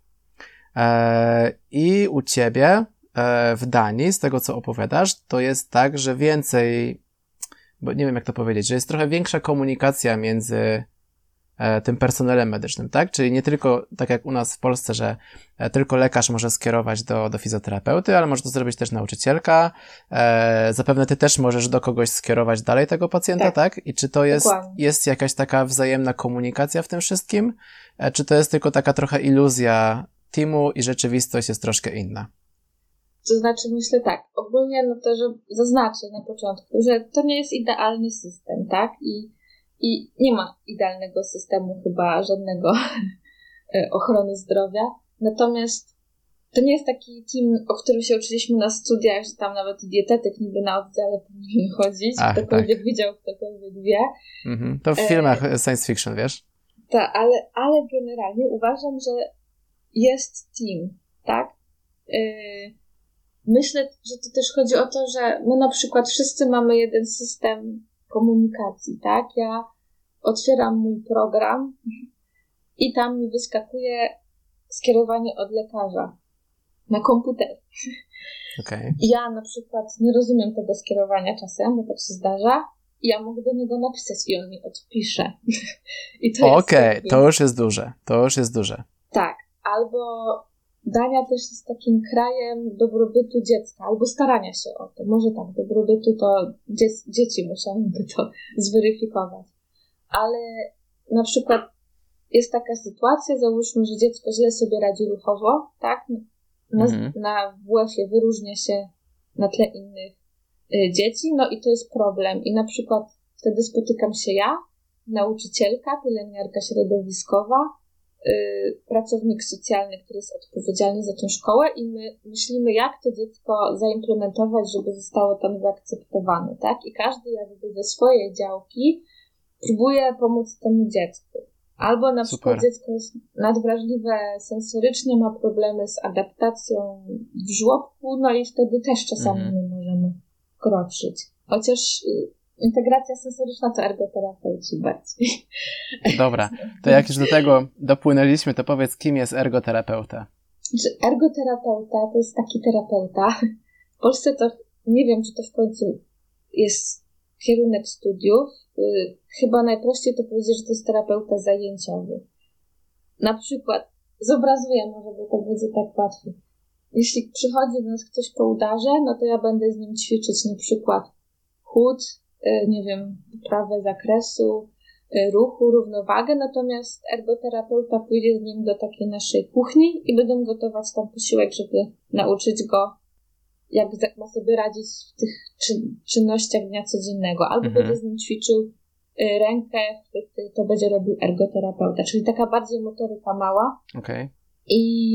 E, I u ciebie e, w Danii, z tego co opowiadasz, to jest tak, że więcej, bo nie wiem jak to powiedzieć, że jest trochę większa komunikacja między tym personelem medycznym, tak? Czyli nie tylko, tak jak u nas w Polsce, że tylko lekarz może skierować do, do fizjoterapeuty, ale może to zrobić też nauczycielka. E, zapewne ty też możesz do kogoś skierować dalej tego pacjenta, tak? tak? I czy to jest, jest jakaś taka wzajemna komunikacja w tym wszystkim? E, czy to jest tylko taka trochę iluzja teamu i rzeczywistość jest troszkę inna? To znaczy, myślę tak, ogólnie no to, że zaznaczę na początku, że to nie jest idealny system, tak? I I nie ma idealnego systemu chyba żadnego ochrony zdrowia. Natomiast to nie jest taki team, o którym się uczyliśmy na studiach, że tam nawet dietetyk niby na oddziale powinien chodzić. Ach, ktokolwiek tak. widział, ktokolwiek wie. Mm-hmm. To w filmach e, science fiction, wiesz? Tak, ale, ale generalnie uważam, że jest team, tak? Yy, myślę, że to też chodzi o to, że my na przykład wszyscy mamy jeden system komunikacji, tak? Ja otwieram mój program i tam mi wyskakuje skierowanie od lekarza na komputer. Okay. Ja na przykład nie rozumiem tego skierowania czasem, bo tak się zdarza, i ja mogę do niego napisać i on mi odpisze. Okej, okay, to już jest duże. To już jest duże. Tak, albo Dania też jest takim krajem dobrobytu dziecka, albo starania się o to. Może tak, dobrobytu to dzie- dzieci musiałyby to zweryfikować. Ale na przykład jest taka sytuacja, załóżmy, że dziecko źle sobie radzi ruchowo, tak? Na, mhm. na W F ie wyróżnia się na tle innych y, dzieci, no i to jest problem. I na przykład wtedy spotykam się ja, nauczycielka, pielęgniarka środowiskowa, pracownik socjalny, który jest odpowiedzialny za tę szkołę i my myślimy, jak to dziecko zaimplementować, żeby zostało tam zaakceptowane, tak? I każdy jakby ze swojej działki próbuje pomóc temu dziecku. Albo na Super. przykład dziecko jest nadwrażliwe sensorycznie, ma problemy z adaptacją w żłobku, no i wtedy też czasami mm. my możemy kroczyć. Chociaż integracja sensoryczna to ergoterapeuci bardziej. Dobra, to jak już do tego dopłynęliśmy, to powiedz, kim jest ergoterapeuta? Ergoterapeuta to jest taki terapeuta. W Polsce to nie wiem, czy to w końcu jest kierunek studiów. Chyba najprościej to powiedzieć, że to jest terapeuta zajęciowy. Na przykład, zobrazuję może, bo to będzie tak łatwiej. Jeśli przychodzi do nas ktoś po udarze, no to ja będę z nim ćwiczyć na przykład chód, nie wiem, poprawę zakresu, ruchu, równowagę, natomiast ergoterapeuta pójdzie z nim do takiej naszej kuchni i będą gotować tam posiłek, żeby nauczyć go, jak ma sobie radzić w tych czyn- czynnościach dnia codziennego. Albo mhm. będzie z nim ćwiczył rękę, to będzie robił ergoterapeuta, czyli taka bardziej motoryka mała. Okay. I,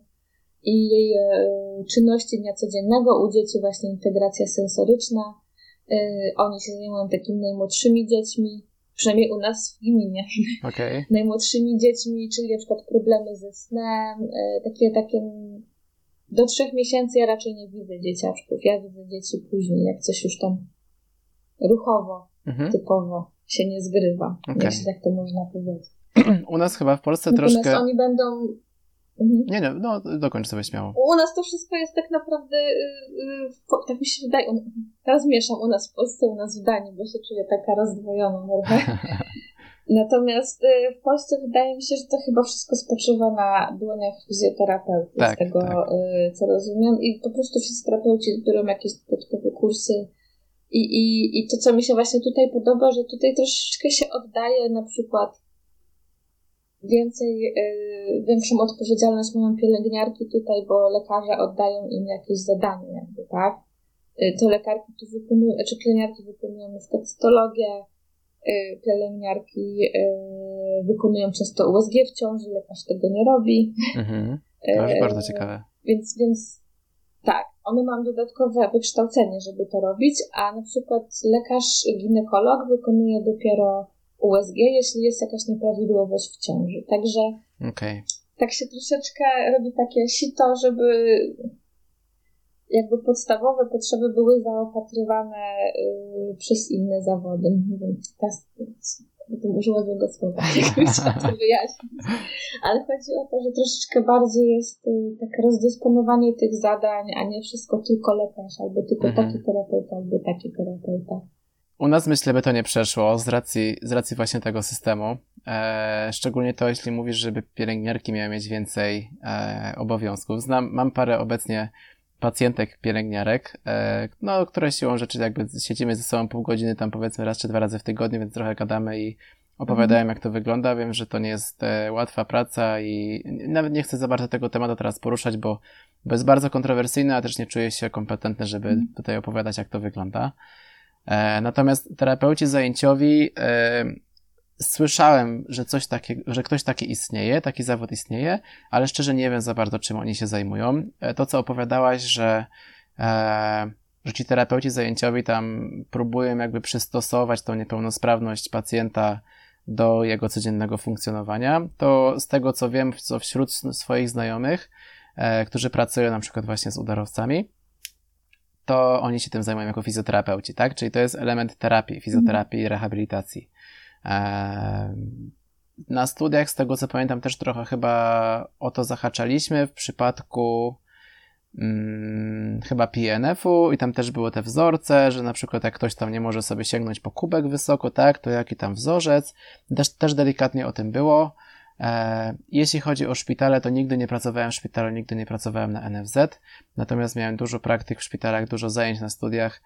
i czynności dnia codziennego, u dzieci właśnie integracja sensoryczna. Oni się zajmują takimi najmłodszymi dziećmi, przynajmniej u nas w gminie, okay. najmłodszymi dziećmi, czyli na przykład problemy ze snem, takie, takie do trzech miesięcy ja raczej nie widzę dzieciaczków. Ja widzę dzieci później, jak coś już tam ruchowo, mhm. typowo się nie zgrywa, okay. jeśli tak to można powiedzieć. U nas chyba w Polsce Natomiast troszkę... oni będą... Mhm. Nie, nie, no dokończ sobie śmiało. U nas to wszystko jest tak naprawdę, yy, tak mi się wydaje, teraz mieszam u nas w Polsce, u nas w Danii, bo się czuję taka rozdwojona. Natomiast yy, w Polsce wydaje mi się, że to chyba wszystko spoczywa na dłoniach fizjoterapeuty, tak, z tego tak. yy, co rozumiem. I po prostu fizjoterapeuci biorą jakieś dodatkowe kursy. I, i, I to, co mi się właśnie tutaj podoba, że tutaj troszeczkę się oddaje na przykład więcej, yy, większą odpowiedzialność mają pielęgniarki tutaj, bo lekarze oddają im jakieś zadanie, jakby, tak? Yy, to lekarki tu wykonują, czy pielęgniarki wykonują na przykład cytologię, yy, pielęgniarki yy, wykonują często U S G w ciąży, lekarz tego nie robi. Mhm. To już yy, bardzo ciekawe. Więc, więc tak, one mają dodatkowe wykształcenie, żeby to robić, a na przykład lekarz ginekolog wykonuje dopiero U S G, jeśli jest jakaś nieprawidłowość w ciąży. Także okay. tak się troszeczkę robi takie sito, żeby jakby podstawowe potrzeby były zaopatrywane y, przez inne zawody. Nie wiem, teraz bym użyła złego słowa, jakby trzeba to wyjaśnić. Ale chodzi o to, że troszeczkę bardziej jest y, takie rozdysponowanie tych zadań, a nie wszystko tylko lekarz, albo tylko mhm. taki terapeuta, albo taki terapeuta. U nas, myślę, by to nie przeszło z racji, z racji właśnie tego systemu. E, szczególnie to, jeśli mówisz, żeby pielęgniarki miały mieć więcej e, obowiązków. Znam, mam parę obecnie pacjentek pielęgniarek, e, no, które siłą rzeczy jakby siedzimy ze sobą pół godziny, tam powiedzmy raz czy dwa razy w tygodniu, więc trochę gadamy i opowiadają, mm. jak to wygląda. Wiem, że to nie jest e, łatwa praca i nawet nie chcę za bardzo tego tematu teraz poruszać, bo, bo jest bardzo kontrowersyjny, a też nie czuję się kompetentny, żeby mm. tutaj opowiadać, jak to wygląda. Natomiast terapeuci zajęciowi e, słyszałem, że coś takiego, że ktoś taki istnieje, taki zawód istnieje, ale szczerze nie wiem za bardzo, czym oni się zajmują. To, co opowiadałaś, że, e, że ci terapeuci zajęciowi tam próbują jakby przystosować tą niepełnosprawność pacjenta do jego codziennego funkcjonowania, to z tego, co wiem, co wśród swoich znajomych, e, którzy pracują na przykład właśnie z udarowcami, to oni się tym zajmują jako fizjoterapeuci, tak? Czyli to jest element terapii, fizjoterapii i rehabilitacji. Na studiach, z tego co pamiętam, też trochę chyba o to zahaczaliśmy w przypadku hmm, chyba P N F-u i tam też były te wzorce, że na przykład jak ktoś tam nie może sobie sięgnąć po kubek wysoko, tak? To jaki tam wzorzec? Też, też delikatnie o tym było. Jeśli chodzi o szpitale, to nigdy nie pracowałem w szpitalu, nigdy nie pracowałem na N F Z, natomiast miałem dużo praktyk w szpitalach, dużo zajęć na studiach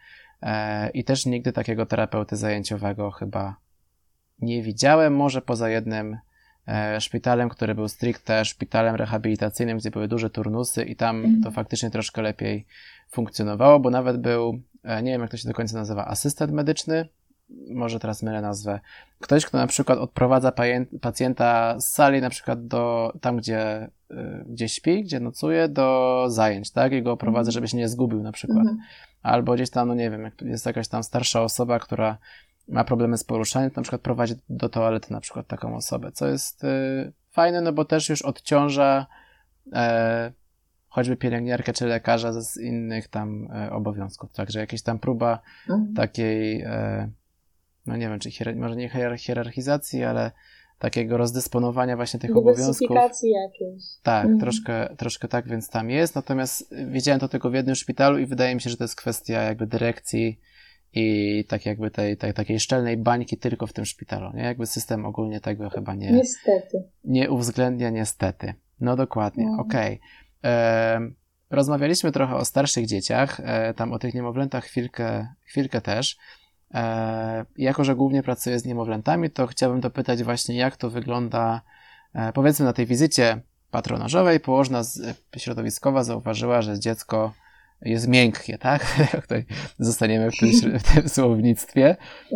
i też nigdy takiego terapeuty zajęciowego chyba nie widziałem, może poza jednym szpitalem, który był stricte szpitalem rehabilitacyjnym, gdzie były duże turnusy i tam mhm. to faktycznie troszkę lepiej funkcjonowało, bo nawet był, nie wiem jak to się do końca nazywa, asystent medyczny, może teraz mylę nazwę, ktoś, kto na przykład odprowadza pacjenta z sali na przykład do tam, gdzie, gdzie śpi, gdzie nocuje, do zajęć, tak? I go oprowadza, mm. żeby się nie zgubił na przykład. Mm. Albo gdzieś tam, no nie wiem, jak jest jakaś tam starsza osoba, która ma problemy z poruszaniem, to na przykład prowadzi do toalety na przykład taką osobę, co jest y, fajne, no bo też już odciąża y, choćby pielęgniarkę czy lekarza z innych tam y, obowiązków. Także jakaś tam próba mm. takiej y, no nie wiem, czy hier- może nie hier- hierarchizacji, ale takiego rozdysponowania właśnie tych obowiązków. Dywersyfikacji jakiejś. Tak, mhm. troszkę, troszkę tak, więc tam jest. Natomiast wiedziałem to tylko w jednym szpitalu i wydaje mi się, że to jest kwestia jakby dyrekcji i tak jakby tej, tej takiej szczelnej bańki tylko w tym szpitalu. Nie? Jakby system ogólnie tego chyba nie, niestety. nie uwzględnia niestety. No dokładnie, no. okej. Okay. E, rozmawialiśmy trochę o starszych dzieciach, e, tam o tych niemowlętach chwilkę, chwilkę też. E, jako, że głównie pracuję z niemowlętami, to chciałbym dopytać właśnie, jak to wygląda, e, powiedzmy na tej wizycie patronażowej. Położna z, środowiskowa zauważyła, że dziecko jest miękkie, tak? Tutaj zostaniemy w tym, w tym słownictwie.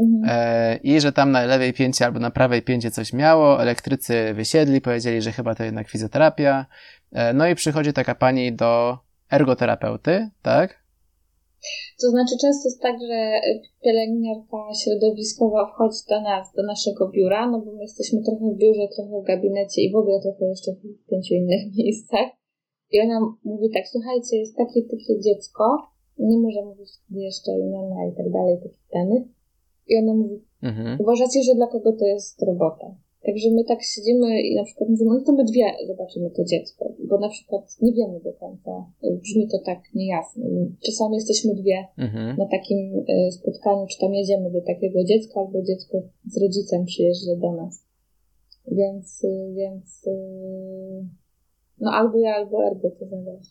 E, I że tam na lewej pięcie albo na prawej pięcie coś miało, elektrycy wysiedli, powiedzieli, że chyba to jednak fizjoterapia. E, no i przychodzi taka pani do ergoterapeuty, tak? To znaczy często jest tak, że pielęgniarka środowiskowa wchodzi do nas, do naszego biura, no bo my jesteśmy trochę w biurze, trochę w gabinecie i w ogóle trochę jeszcze w pięciu innych miejscach. I ona mówi tak, słuchajcie, jest takie, takie dziecko, nie może mówić jeszcze imiona i tak dalej, takich danych. I ona mówi, mhm. uważacie, że dla kogo to jest robota? Także my tak siedzimy i na przykład mówimy, no to my dwie zobaczymy to dziecko, bo na przykład nie wiemy do końca, brzmi to tak niejasno. Czasami jesteśmy dwie mhm. na takim spotkaniu, czy tam jedziemy do takiego dziecka, albo dziecko z rodzicem przyjeżdża do nas. Więc, więc no albo ja, albo Ergo, to zależy.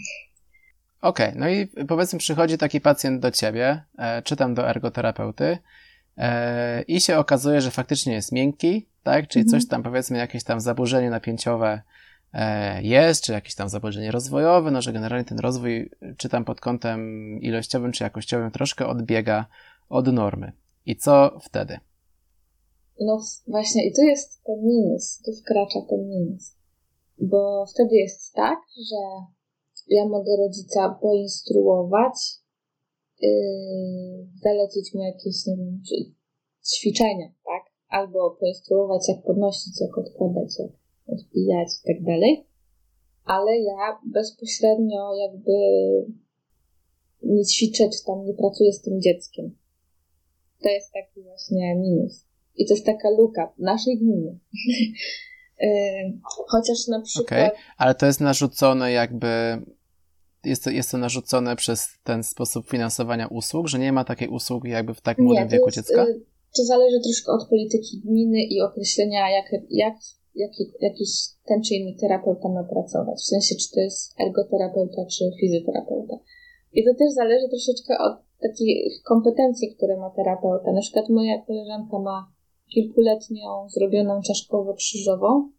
Okej, okay, no i powiedzmy przychodzi taki pacjent do ciebie, e, czy tam do ergoterapeuty e, i się okazuje, że faktycznie jest miękki, tak? Czyli mhm. coś tam, powiedzmy, jakieś tam zaburzenie napięciowe e, jest, czy jakieś tam zaburzenie rozwojowe, no że generalnie ten rozwój, czy tam pod kątem ilościowym, czy jakościowym troszkę odbiega od normy. I co wtedy? No właśnie, i tu jest ten minus, tu wkracza ten minus, bo wtedy jest tak, że ja mogę rodzica poinstruować, yy, zalecić mu jakieś, nie wiem, ćwiczenia, tak? Albo poinstruować, jak podnosić, jak odkładać, jak odbijać i tak dalej. Ale ja bezpośrednio jakby nie ćwiczę, czy tam nie pracuję z tym dzieckiem. To jest taki właśnie minus. I to jest taka luka w naszej gminie. yy, chociaż na przykład... Okej, okay. Ale to jest narzucone jakby... Jest to, jest to narzucone przez ten sposób finansowania usług, że nie ma takiej usługi jakby w tak młodym nie, wieku jest, dziecka? To zależy troszkę od polityki gminy i określenia, jak, jak, jaki, jakiś ten czy inny terapeuta ma pracować. W sensie, czy to jest ergoterapeuta, czy fizjoterapeuta. I to też zależy troszeczkę od takich kompetencji, które ma terapeuta. Na przykład moja koleżanka ma kilkuletnią zrobioną czaszkowo-krzyżową,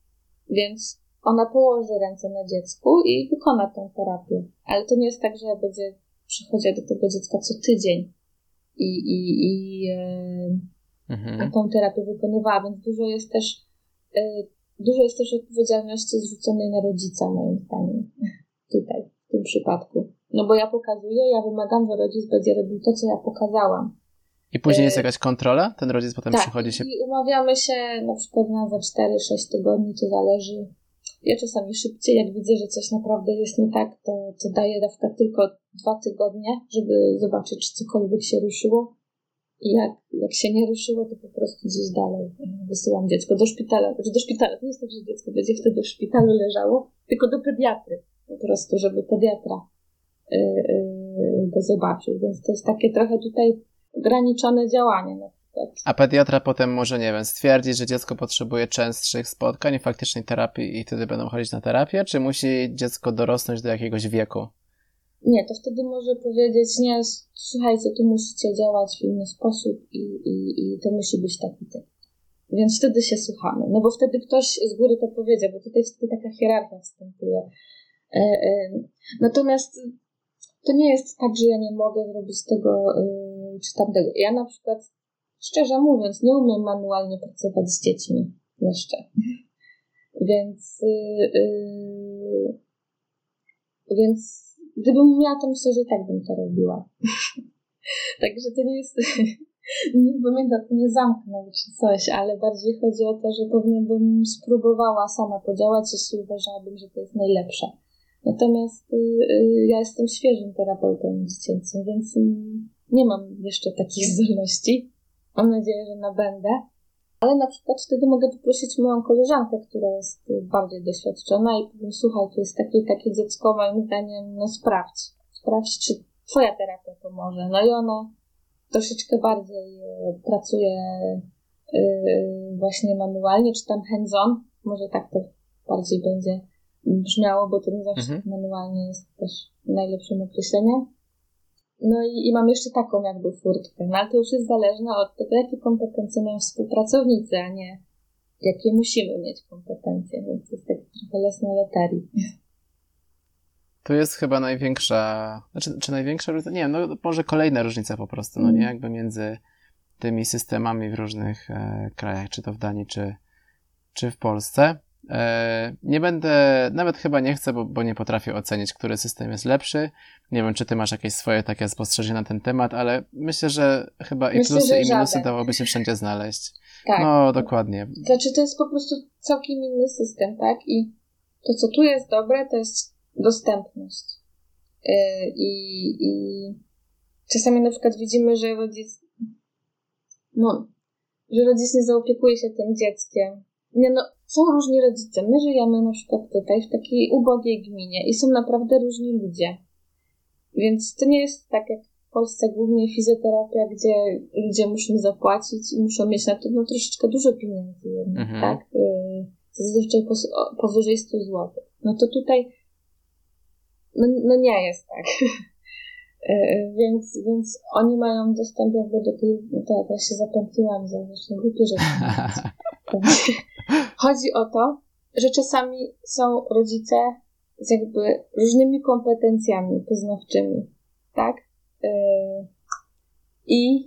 więc ona położy ręce na dziecku i wykona tę terapię. Ale to nie jest tak, że będzie przychodziła do tego dziecka co tydzień i, i, i yy, mhm. tą terapię wykonywała, więc dużo jest też yy, dużo jest też odpowiedzialności zrzuconej na rodzica, moim zdaniem, tutaj, w tym przypadku. No bo ja pokazuję, ja wymagam, że rodzic będzie robił to, co ja pokazałam. I później jest jakaś kontrola? Ten rodzic potem tak, przychodzi się... i umawiamy się na przykład na za cztery sześć tygodni, to zależy. Ja czasami szybciej, jak widzę, że coś naprawdę jest nie tak, to, to daję na przykład tylko dwa tygodnie, żeby zobaczyć, czy cokolwiek się ruszyło. I jak, jak się nie ruszyło, to po prostu gdzieś dalej wysyłam dziecko do szpitala. Znaczy do szpitala, to nie jest tak, że dziecko będzie wtedy w szpitalu leżało, tylko do pediatry. Po prostu, żeby pediatra yy, yy, go zobaczył. Więc to jest takie trochę tutaj ograniczone działanie na przykład. A pediatra potem może, nie wiem, stwierdzić, że dziecko potrzebuje częstszych spotkań, faktycznej terapii i wtedy będą chodzić na terapię, czy musi dziecko dorosnąć do jakiegoś wieku? Nie, to wtedy może powiedzieć, nie, słuchajcie, tu musicie działać w inny sposób i, i, i to musi być taki typ. Więc wtedy się słuchamy. No bo wtedy ktoś z góry to powiedział, bo tutaj wtedy taka hierarchia wstępuje. E, e, natomiast to nie jest tak, że ja nie mogę zrobić tego e, czy tamtego. Ja na przykład, szczerze mówiąc, nie umiem manualnie pracować z dziećmi jeszcze. Więc e, e, więc gdybym miała, to myślę, że i tak bym to robiła. Także to nie jest... Nikt by mnie to nie zamknął czy coś, ale bardziej chodzi o to, że pewnie bym spróbowała sama podziałać, jeśli uważałabym, że to jest najlepsze. Natomiast yy, ja jestem świeżym terapeutą dziecięcym, więc yy, nie mam jeszcze takich zdolności. Mam nadzieję, że nabędę. Ale na przykład wtedy mogę poprosić moją koleżankę, która jest bardziej doświadczona i powiem, słuchaj, to jest takie takie dziecko, moim zdaniem, no sprawdź. Sprawdź, czy twoja terapia pomoże. No i ona troszeczkę bardziej pracuje właśnie manualnie, czy tam hands-on. Może tak to bardziej będzie brzmiało, bo to nie zawsze mhm. manualnie jest też najlepszym określeniem. No i, i mam jeszcze taką jakby furtkę. No ale to już jest zależne od tego, jakie kompetencje mają współpracownicy, a nie jakie musimy mieć kompetencje. Więc to jest tak trochę los na loterii. To jest chyba największa, znaczy, czy największa różnica? Nie wiem, no może kolejna różnica po prostu, no nie, jakby między tymi systemami w różnych e, krajach, czy to w Danii, czy, czy w Polsce. E, nie będę, nawet chyba nie chcę, bo, bo nie potrafię ocenić, który system jest lepszy. Nie wiem, czy ty masz jakieś swoje takie spostrzeżenia na ten temat, ale myślę, że chyba i Myślę, plusy, że i minusy żaden. dałoby się wszędzie znaleźć. Tak. No, dokładnie. Znaczy, to jest po prostu całkiem inny system, tak? I to, co tu jest dobre, to jest dostępność. Yy, I, i czasami na przykład widzimy, że rodzic no, że rodzic nie zaopiekuje się tym dzieckiem. Nie, no, są różni rodzice. My żyjemy na przykład tutaj w takiej ubogiej gminie i są naprawdę różni ludzie. Więc to nie jest tak jak w Polsce głównie fizjoterapia, gdzie ludzie muszą zapłacić i muszą mieć na to no, troszeczkę dużo pieniędzy jednak, mhm. tak? Yy, zazwyczaj powyżej sto złotych. No to tutaj no, no nie jest tak. Więc, więc oni mają dostęp jakby do tej... Tak, ja się zapętliłam za właśnie głupie rzeczy. Chodzi o to, że czasami są rodzice z jakby różnymi kompetencjami poznawczymi, tak? I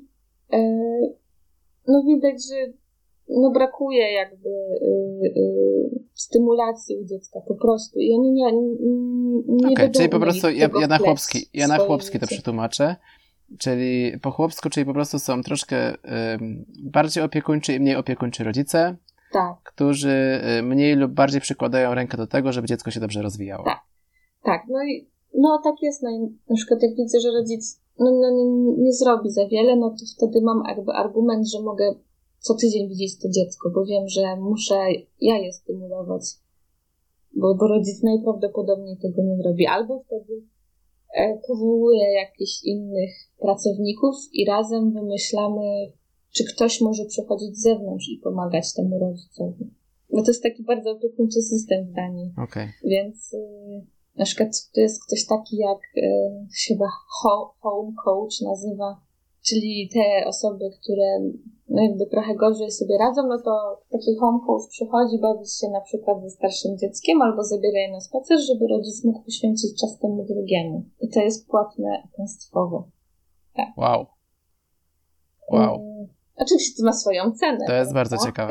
no widać, że no brakuje jakby stymulacji u dziecka po prostu i oni nie nie okay, czyli po prostu ja, ja na chłopski, ja na chłopski to przetłumaczę, czyli po chłopsku, czyli po prostu są troszkę y, bardziej opiekuńczy i mniej opiekuńczy rodzice, tak. którzy mniej lub bardziej przykładają rękę do tego, żeby dziecko się dobrze rozwijało. Tak, tak, no i no tak jest, no i na przykład jak widzę, że rodzic no, no, nie, nie zrobi za wiele, no to wtedy mam jakby argument, że mogę co tydzień widzieć to dziecko, bo wiem, że muszę ja je stymulować, bo, bo rodzic najprawdopodobniej tego nie zrobi. Albo wtedy e, powołuję jakichś innych pracowników i razem wymyślamy, czy ktoś może przychodzić z zewnątrz i pomagać temu rodzicowi. Bo to jest taki bardzo opiekuńczy system w Danii. Okay. Więc y, na przykład to jest ktoś taki jak y, się chyba ho, home coach nazywa, czyli te osoby, które no jakby trochę gorzej sobie radzą, no to taki home coach przychodzi bawić się na przykład ze starszym dzieckiem albo zabiera je na spacer, żeby rodzic mógł poświęcić czas temu drugiemu. I to jest płatne państwowo. Tak. Wow. Wow. Um, oczywiście to ma swoją cenę. To jest bardzo ciekawe.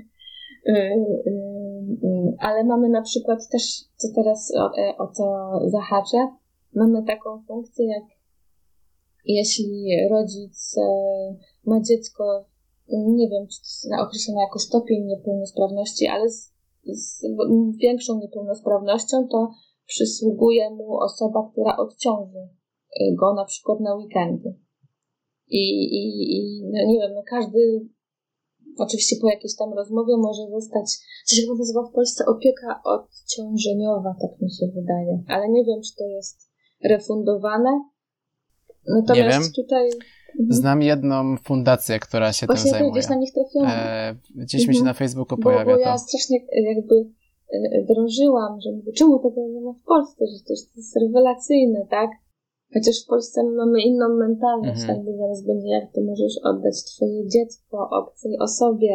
Ale mamy na przykład też, co teraz o, o to zahaczę, mamy taką funkcję jak jeśli rodzic ma dziecko, nie wiem, czy to jest określone jako stopień niepełnosprawności, ale z, z większą niepełnosprawnością, to przysługuje mu osoba, która odciąży go na przykład na weekendy. I, i, i no nie wiem, no każdy oczywiście po jakiejś tam rozmowie może zostać, co się chyba nazywa w Polsce opieka odciążeniowa, tak mi się wydaje, ale nie wiem, czy to jest refundowane. Natomiast nie wiem. Tutaj... Znam jedną fundację, która się Właśnie tym zajmuje. Właśnie gdzieś na nich trafiłam. E, gdzieś mhm. mi się na Facebooku bo, pojawia bo to. ja strasznie jakby drążyłam, że mówię, czemu tego nie ma w Polsce, że to jest rewelacyjne, tak? Chociaż w Polsce mamy inną mentalność, mhm. jakby zaraz będzie, jak to możesz oddać twoje dziecko obcej osobie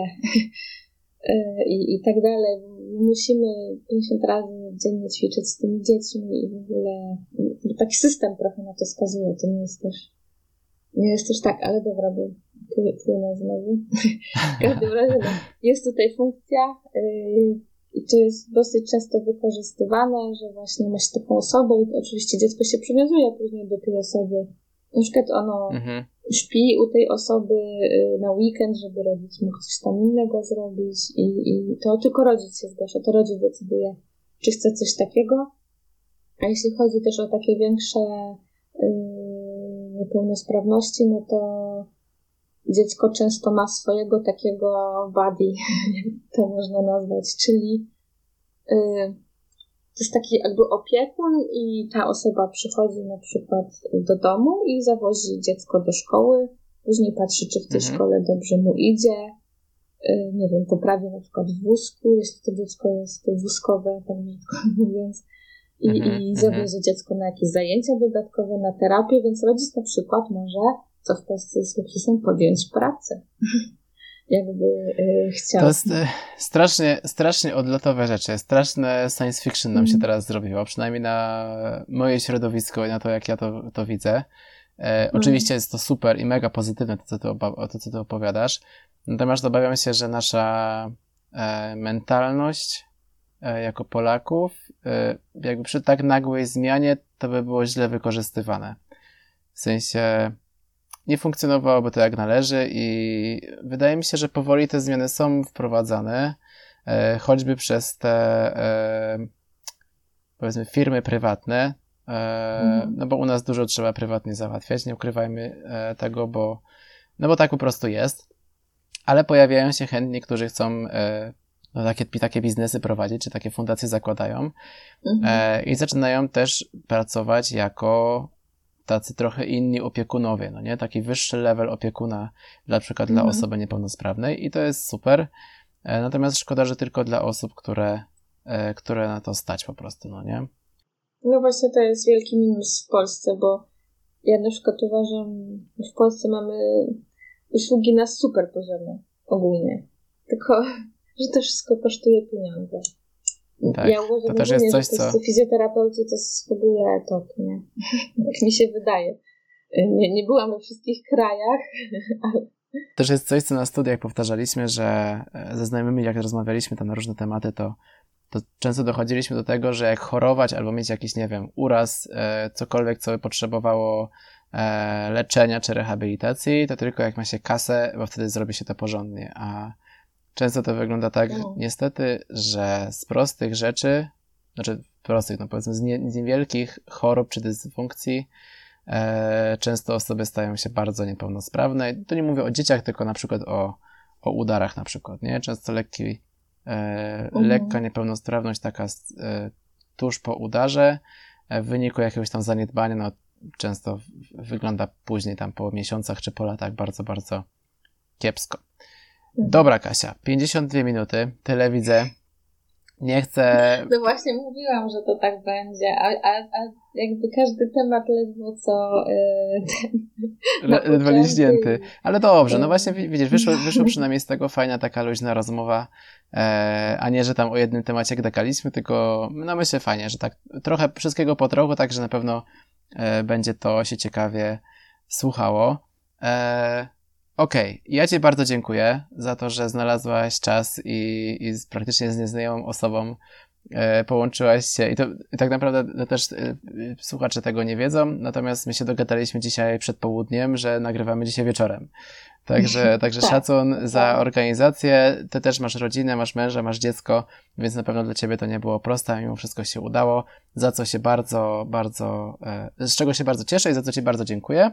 i, i tak dalej. Musimy pięćdziesiąt razy dziennie ćwiczyć z tymi dziećmi i w ogóle taki system trochę na to skazuje. To nie jest też nie jest też tak, ale dobra, bo płynę znowu. W każdym razie no, jest tutaj funkcja yy, i to jest dosyć często wykorzystywane, że właśnie masz taką osobę i oczywiście dziecko się przywiązuje później do tej osoby. Na przykład ono mhm. śpi u tej osoby yy, na weekend, żeby rodzic mógł coś tam innego zrobić i, i to tylko rodzic się zgłasza, to rodzic decyduje, czy chce coś takiego. A jeśli chodzi też o takie większe yy, niepełnosprawności, no to dziecko często ma swojego takiego buddy, jak to można nazwać, czyli yy, to jest taki jakby opiekun i ta osoba przychodzi na przykład do domu i zawozi dziecko do szkoły, później patrzy, czy w tej mhm. szkole dobrze mu idzie, yy, nie wiem, poprawi na przykład w wózku, jeśli to dziecko jest wózkowe, tak brzydko mówiąc, i, mm-hmm, i zawiezie mm-hmm. dziecko na jakieś zajęcia dodatkowe, na terapię, więc rodzic na przykład może, co w Polsce jest luksusem, podjąć pracę. Jakby y, chciał. To jest y, strasznie, strasznie odlotowe rzeczy, straszne science fiction nam mm. się teraz zrobiło, przynajmniej na moje środowisko i na to, jak ja to, to widzę. E, mm. Oczywiście jest to super i mega pozytywne to, co ty, oba- to, co ty opowiadasz, natomiast obawiam się, że nasza e, mentalność jako Polaków, jakby przy tak nagłej zmianie to by było źle wykorzystywane. W sensie nie funkcjonowałoby to jak należy i wydaje mi się, że powoli te zmiany są wprowadzane, choćby przez te powiedzmy firmy prywatne, mhm. no bo u nas dużo trzeba prywatnie załatwiać, nie ukrywajmy tego, bo no bo tak po prostu jest, ale pojawiają się chętni, którzy chcą no, takie, takie biznesy prowadzić, czy takie fundacje zakładają mhm. i zaczynają też pracować jako tacy trochę inni opiekunowie, no nie? Taki wyższy level opiekuna na przykład mhm. dla osoby niepełnosprawnej i to jest super, natomiast szkoda, że tylko dla osób, które, które na to stać po prostu, no nie? No właśnie to jest wielki minus w Polsce, bo ja na przykład uważam, że w Polsce mamy usługi na super poziomie ogólnie, tylko że to wszystko kosztuje pieniądze. Tak, ja uważam, to też jest coś, że to co... fizjoterapeuci to jest w ogóle top, nie? Tak mi się wydaje. Nie, nie byłam we wszystkich krajach, ale... Też jest coś, co na studiach powtarzaliśmy, że ze znajomymi, jak rozmawialiśmy tam na różne tematy, to, to często dochodziliśmy do tego, że jak chorować albo mieć jakiś, nie wiem, uraz, e, cokolwiek, co by potrzebowało e, leczenia czy rehabilitacji, to tylko jak ma się kasę, bo wtedy zrobi się to porządnie, a często to wygląda tak, no. niestety, że z prostych rzeczy, znaczy prostych, no powiedzmy z, nie, z niewielkich chorób czy dysfunkcji e, często osoby stają się bardzo niepełnosprawne. To nie mówię o dzieciach, tylko na przykład o, o udarach na przykład, nie? Często lekki, e, mhm. lekka niepełnosprawność taka e, tuż po udarze e, w wyniku jakiegoś tam zaniedbania, no często w, wygląda później tam po miesiącach czy po latach bardzo, bardzo kiepsko. Dobra, Kasia, pięćdziesiąt dwie minuty, tyle widzę. Nie chcę... No właśnie mówiłam, że to tak będzie, a, a, a jakby każdy temat ledwo co... Yy, ledwo liźnięty. Ale dobrze, no właśnie widzisz, wyszło, wyszło przynajmniej z tego fajna taka luźna rozmowa, e, a nie, że tam o jednym temacie gdakaliśmy, tylko no myślę fajnie, że tak trochę wszystkiego po trochu, tak, że na pewno e, będzie to się ciekawie słuchało. E, Okej, okay. Ja Ci bardzo dziękuję za to, że znalazłaś czas i, i z praktycznie z nieznajomą osobą e, połączyłaś się i to i tak naprawdę no też e, słuchacze tego nie wiedzą, natomiast my się dogadaliśmy dzisiaj przed południem, że nagrywamy dzisiaj wieczorem. Także, także tak, szacun tak. za organizację. Ty też masz rodzinę, masz męża, masz dziecko, więc na pewno dla Ciebie to nie było proste, a mimo wszystko się udało, za co się bardzo, bardzo, e, z czego się bardzo cieszę i za co Ci bardzo dziękuję.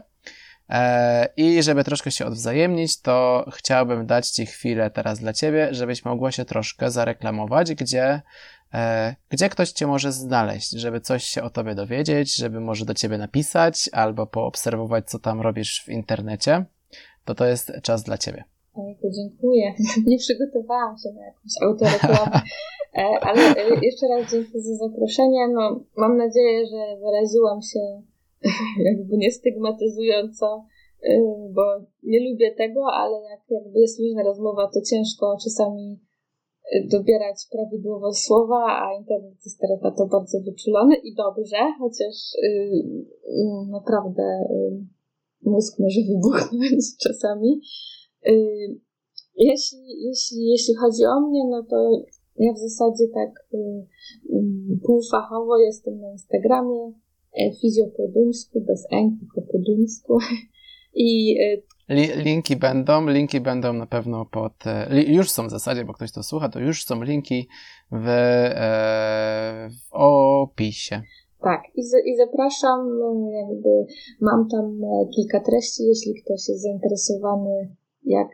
I żeby troszkę się odwzajemnić, to chciałbym dać Ci chwilę teraz dla Ciebie, żebyś mogła się troszkę zareklamować, gdzie, gdzie ktoś Cię może znaleźć, żeby coś się o Tobie dowiedzieć, żeby może do Ciebie napisać albo poobserwować, co tam robisz w internecie. To to jest czas dla Ciebie. Ojku, dziękuję. Nie przygotowałam się na jakąś autoreklamę, ale jeszcze raz dzięki za zaproszenie. No, mam nadzieję, że wyraziłam się jakby nie stygmatyzująco, bo nie lubię tego, ale jak jakby jest luźna rozmowa, to ciężko czasami dobierać prawidłowo słowa, a internet jest teraz na to bardzo wyczulony i dobrze, chociaż yy, naprawdę yy, mózg może wybuchnąć czasami. Yy, jeśli, jeśli, jeśli chodzi o mnie, no to ja w zasadzie tak yy, yy, półfachowo jestem na Instagramie, Fizjo po duńsku, bez eng, tylko po duńsku. I linki będą, linki będą na pewno pod, już są w zasadzie, bo ktoś to słucha, to już są linki w, w opisie. Tak, i, z, i zapraszam, jakby mam tam kilka treści, jeśli ktoś jest zainteresowany, jak,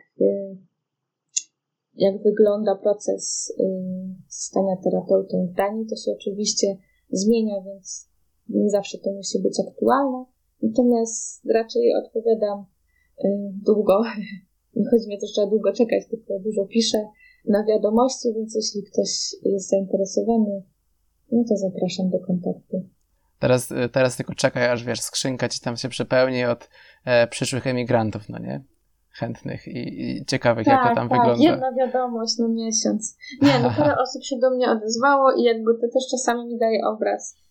jak wygląda proces stania terapeutą w Danii, to się oczywiście zmienia, więc nie zawsze to musi być aktualne, natomiast raczej odpowiadam y, długo, nie chodzi mi o to, że trzeba długo czekać, tylko dużo piszę na wiadomości, więc jeśli ktoś jest zainteresowany, no to zapraszam do kontaktu. Teraz, teraz tylko czekaj, aż wiesz, skrzynka ci tam się przepełni od e, przyszłych emigrantów, no nie? Chętnych i, i ciekawych, tak, jak to tam tak, wygląda. jedna wiadomość na miesiąc. Nie, no parę osób się do mnie odezwało i jakby to też czasami mi daje obraz.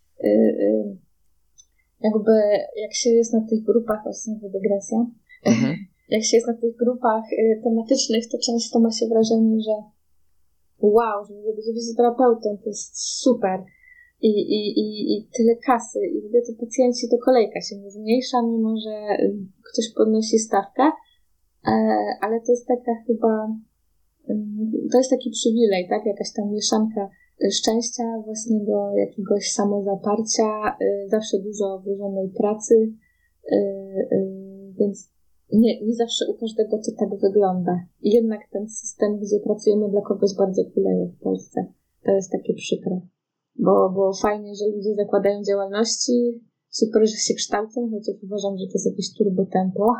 Jakby jak się jest na tych grupach, właśnie dygresja, mhm. jak się jest na tych grupach tematycznych, to często ma się wrażenie, że wow, że mogę być fizjoterapeutą, to jest super. I, i, i, i tyle kasy. I w ogóle to pacjenci, to kolejka się nie zmniejsza, mimo że ktoś podnosi stawkę. Ale to jest taka chyba, to jest taki przywilej, tak? Jakaś tam mieszanka szczęścia własnego, jakiegoś samozaparcia, zawsze dużo włożonej pracy, więc nie, nie zawsze u każdego to tak wygląda. I jednak ten system, gdzie pracujemy dla kogoś, bardzo kuleje w Polsce. To jest takie przykre. Bo, bo fajnie, że ludzie zakładają działalności, super, że się kształcą, chociaż uważam, że to jest jakieś turbotempo.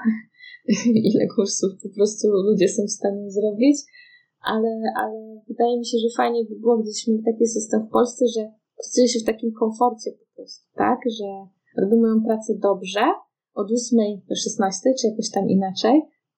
Ile kursów po prostu ludzie są w stanie zrobić, ale, ale wydaje mi się, że fajnie by było, gdybyśmy mieli taki system w Polsce, że pracuje się w takim komforcie po prostu, tak, że robię moją pracę dobrze, od ósmej do szesnastej, czy jakoś tam inaczej,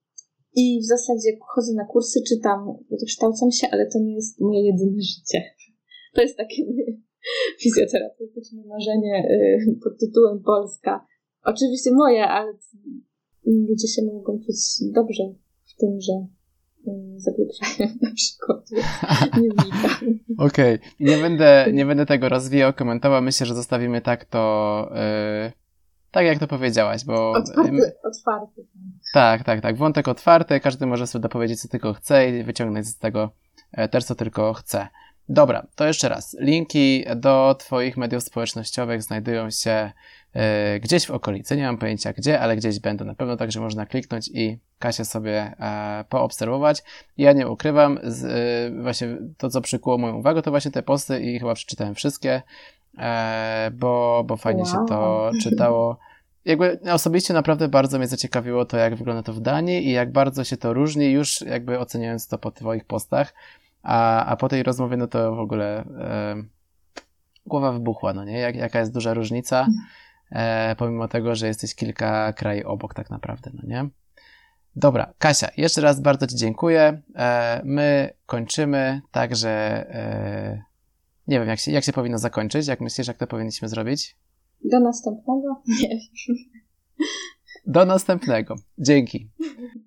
i w zasadzie chodzę na kursy, czytam, kształcam się, ale to nie jest moje jedyne życie. To jest takie fizjoterapeutyczne marzenie pod tytułem Polska. Oczywiście moje, ale ludzie się mogą czuć dobrze w tym, że zapieprzają na przykład. Nie wnikam. Okej. Okay. Nie będę, nie będę tego rozwijał, komentował. Myślę, że zostawimy tak to, yy, tak jak to powiedziałaś, bo... Otwarty. otwarty. Tak, tak, tak. Wątek otwarty. Każdy może sobie dopowiedzieć, co tylko chce i wyciągnąć z tego też, co tylko chce. Dobra, to jeszcze raz. Linki do Twoich mediów społecznościowych znajdują się y, gdzieś w okolicy, nie mam pojęcia gdzie, ale gdzieś będą na pewno, także można kliknąć i Kasię sobie e, poobserwować. Ja nie ukrywam, z, y, właśnie to, co przykuło moją uwagę, to właśnie te posty i chyba przeczytałem wszystkie, e, bo, bo fajnie wow. się to czytało. Jakby osobiście naprawdę bardzo mnie zaciekawiło to, jak wygląda to w Danii i jak bardzo się to różni, już jakby oceniając to po Twoich postach. A, a po tej rozmowie, no to w ogóle e, głowa wybuchła, no nie? Jak, jaka jest duża różnica, e, pomimo tego, że jesteś kilka krajów obok tak naprawdę, no nie? Dobra, Kasia, jeszcze raz bardzo Ci dziękuję. E, my kończymy, także e, nie wiem, jak się, jak się powinno zakończyć? Jak myślisz, jak to powinniśmy zrobić? Do następnego? Nie wiem. Do następnego. Dzięki.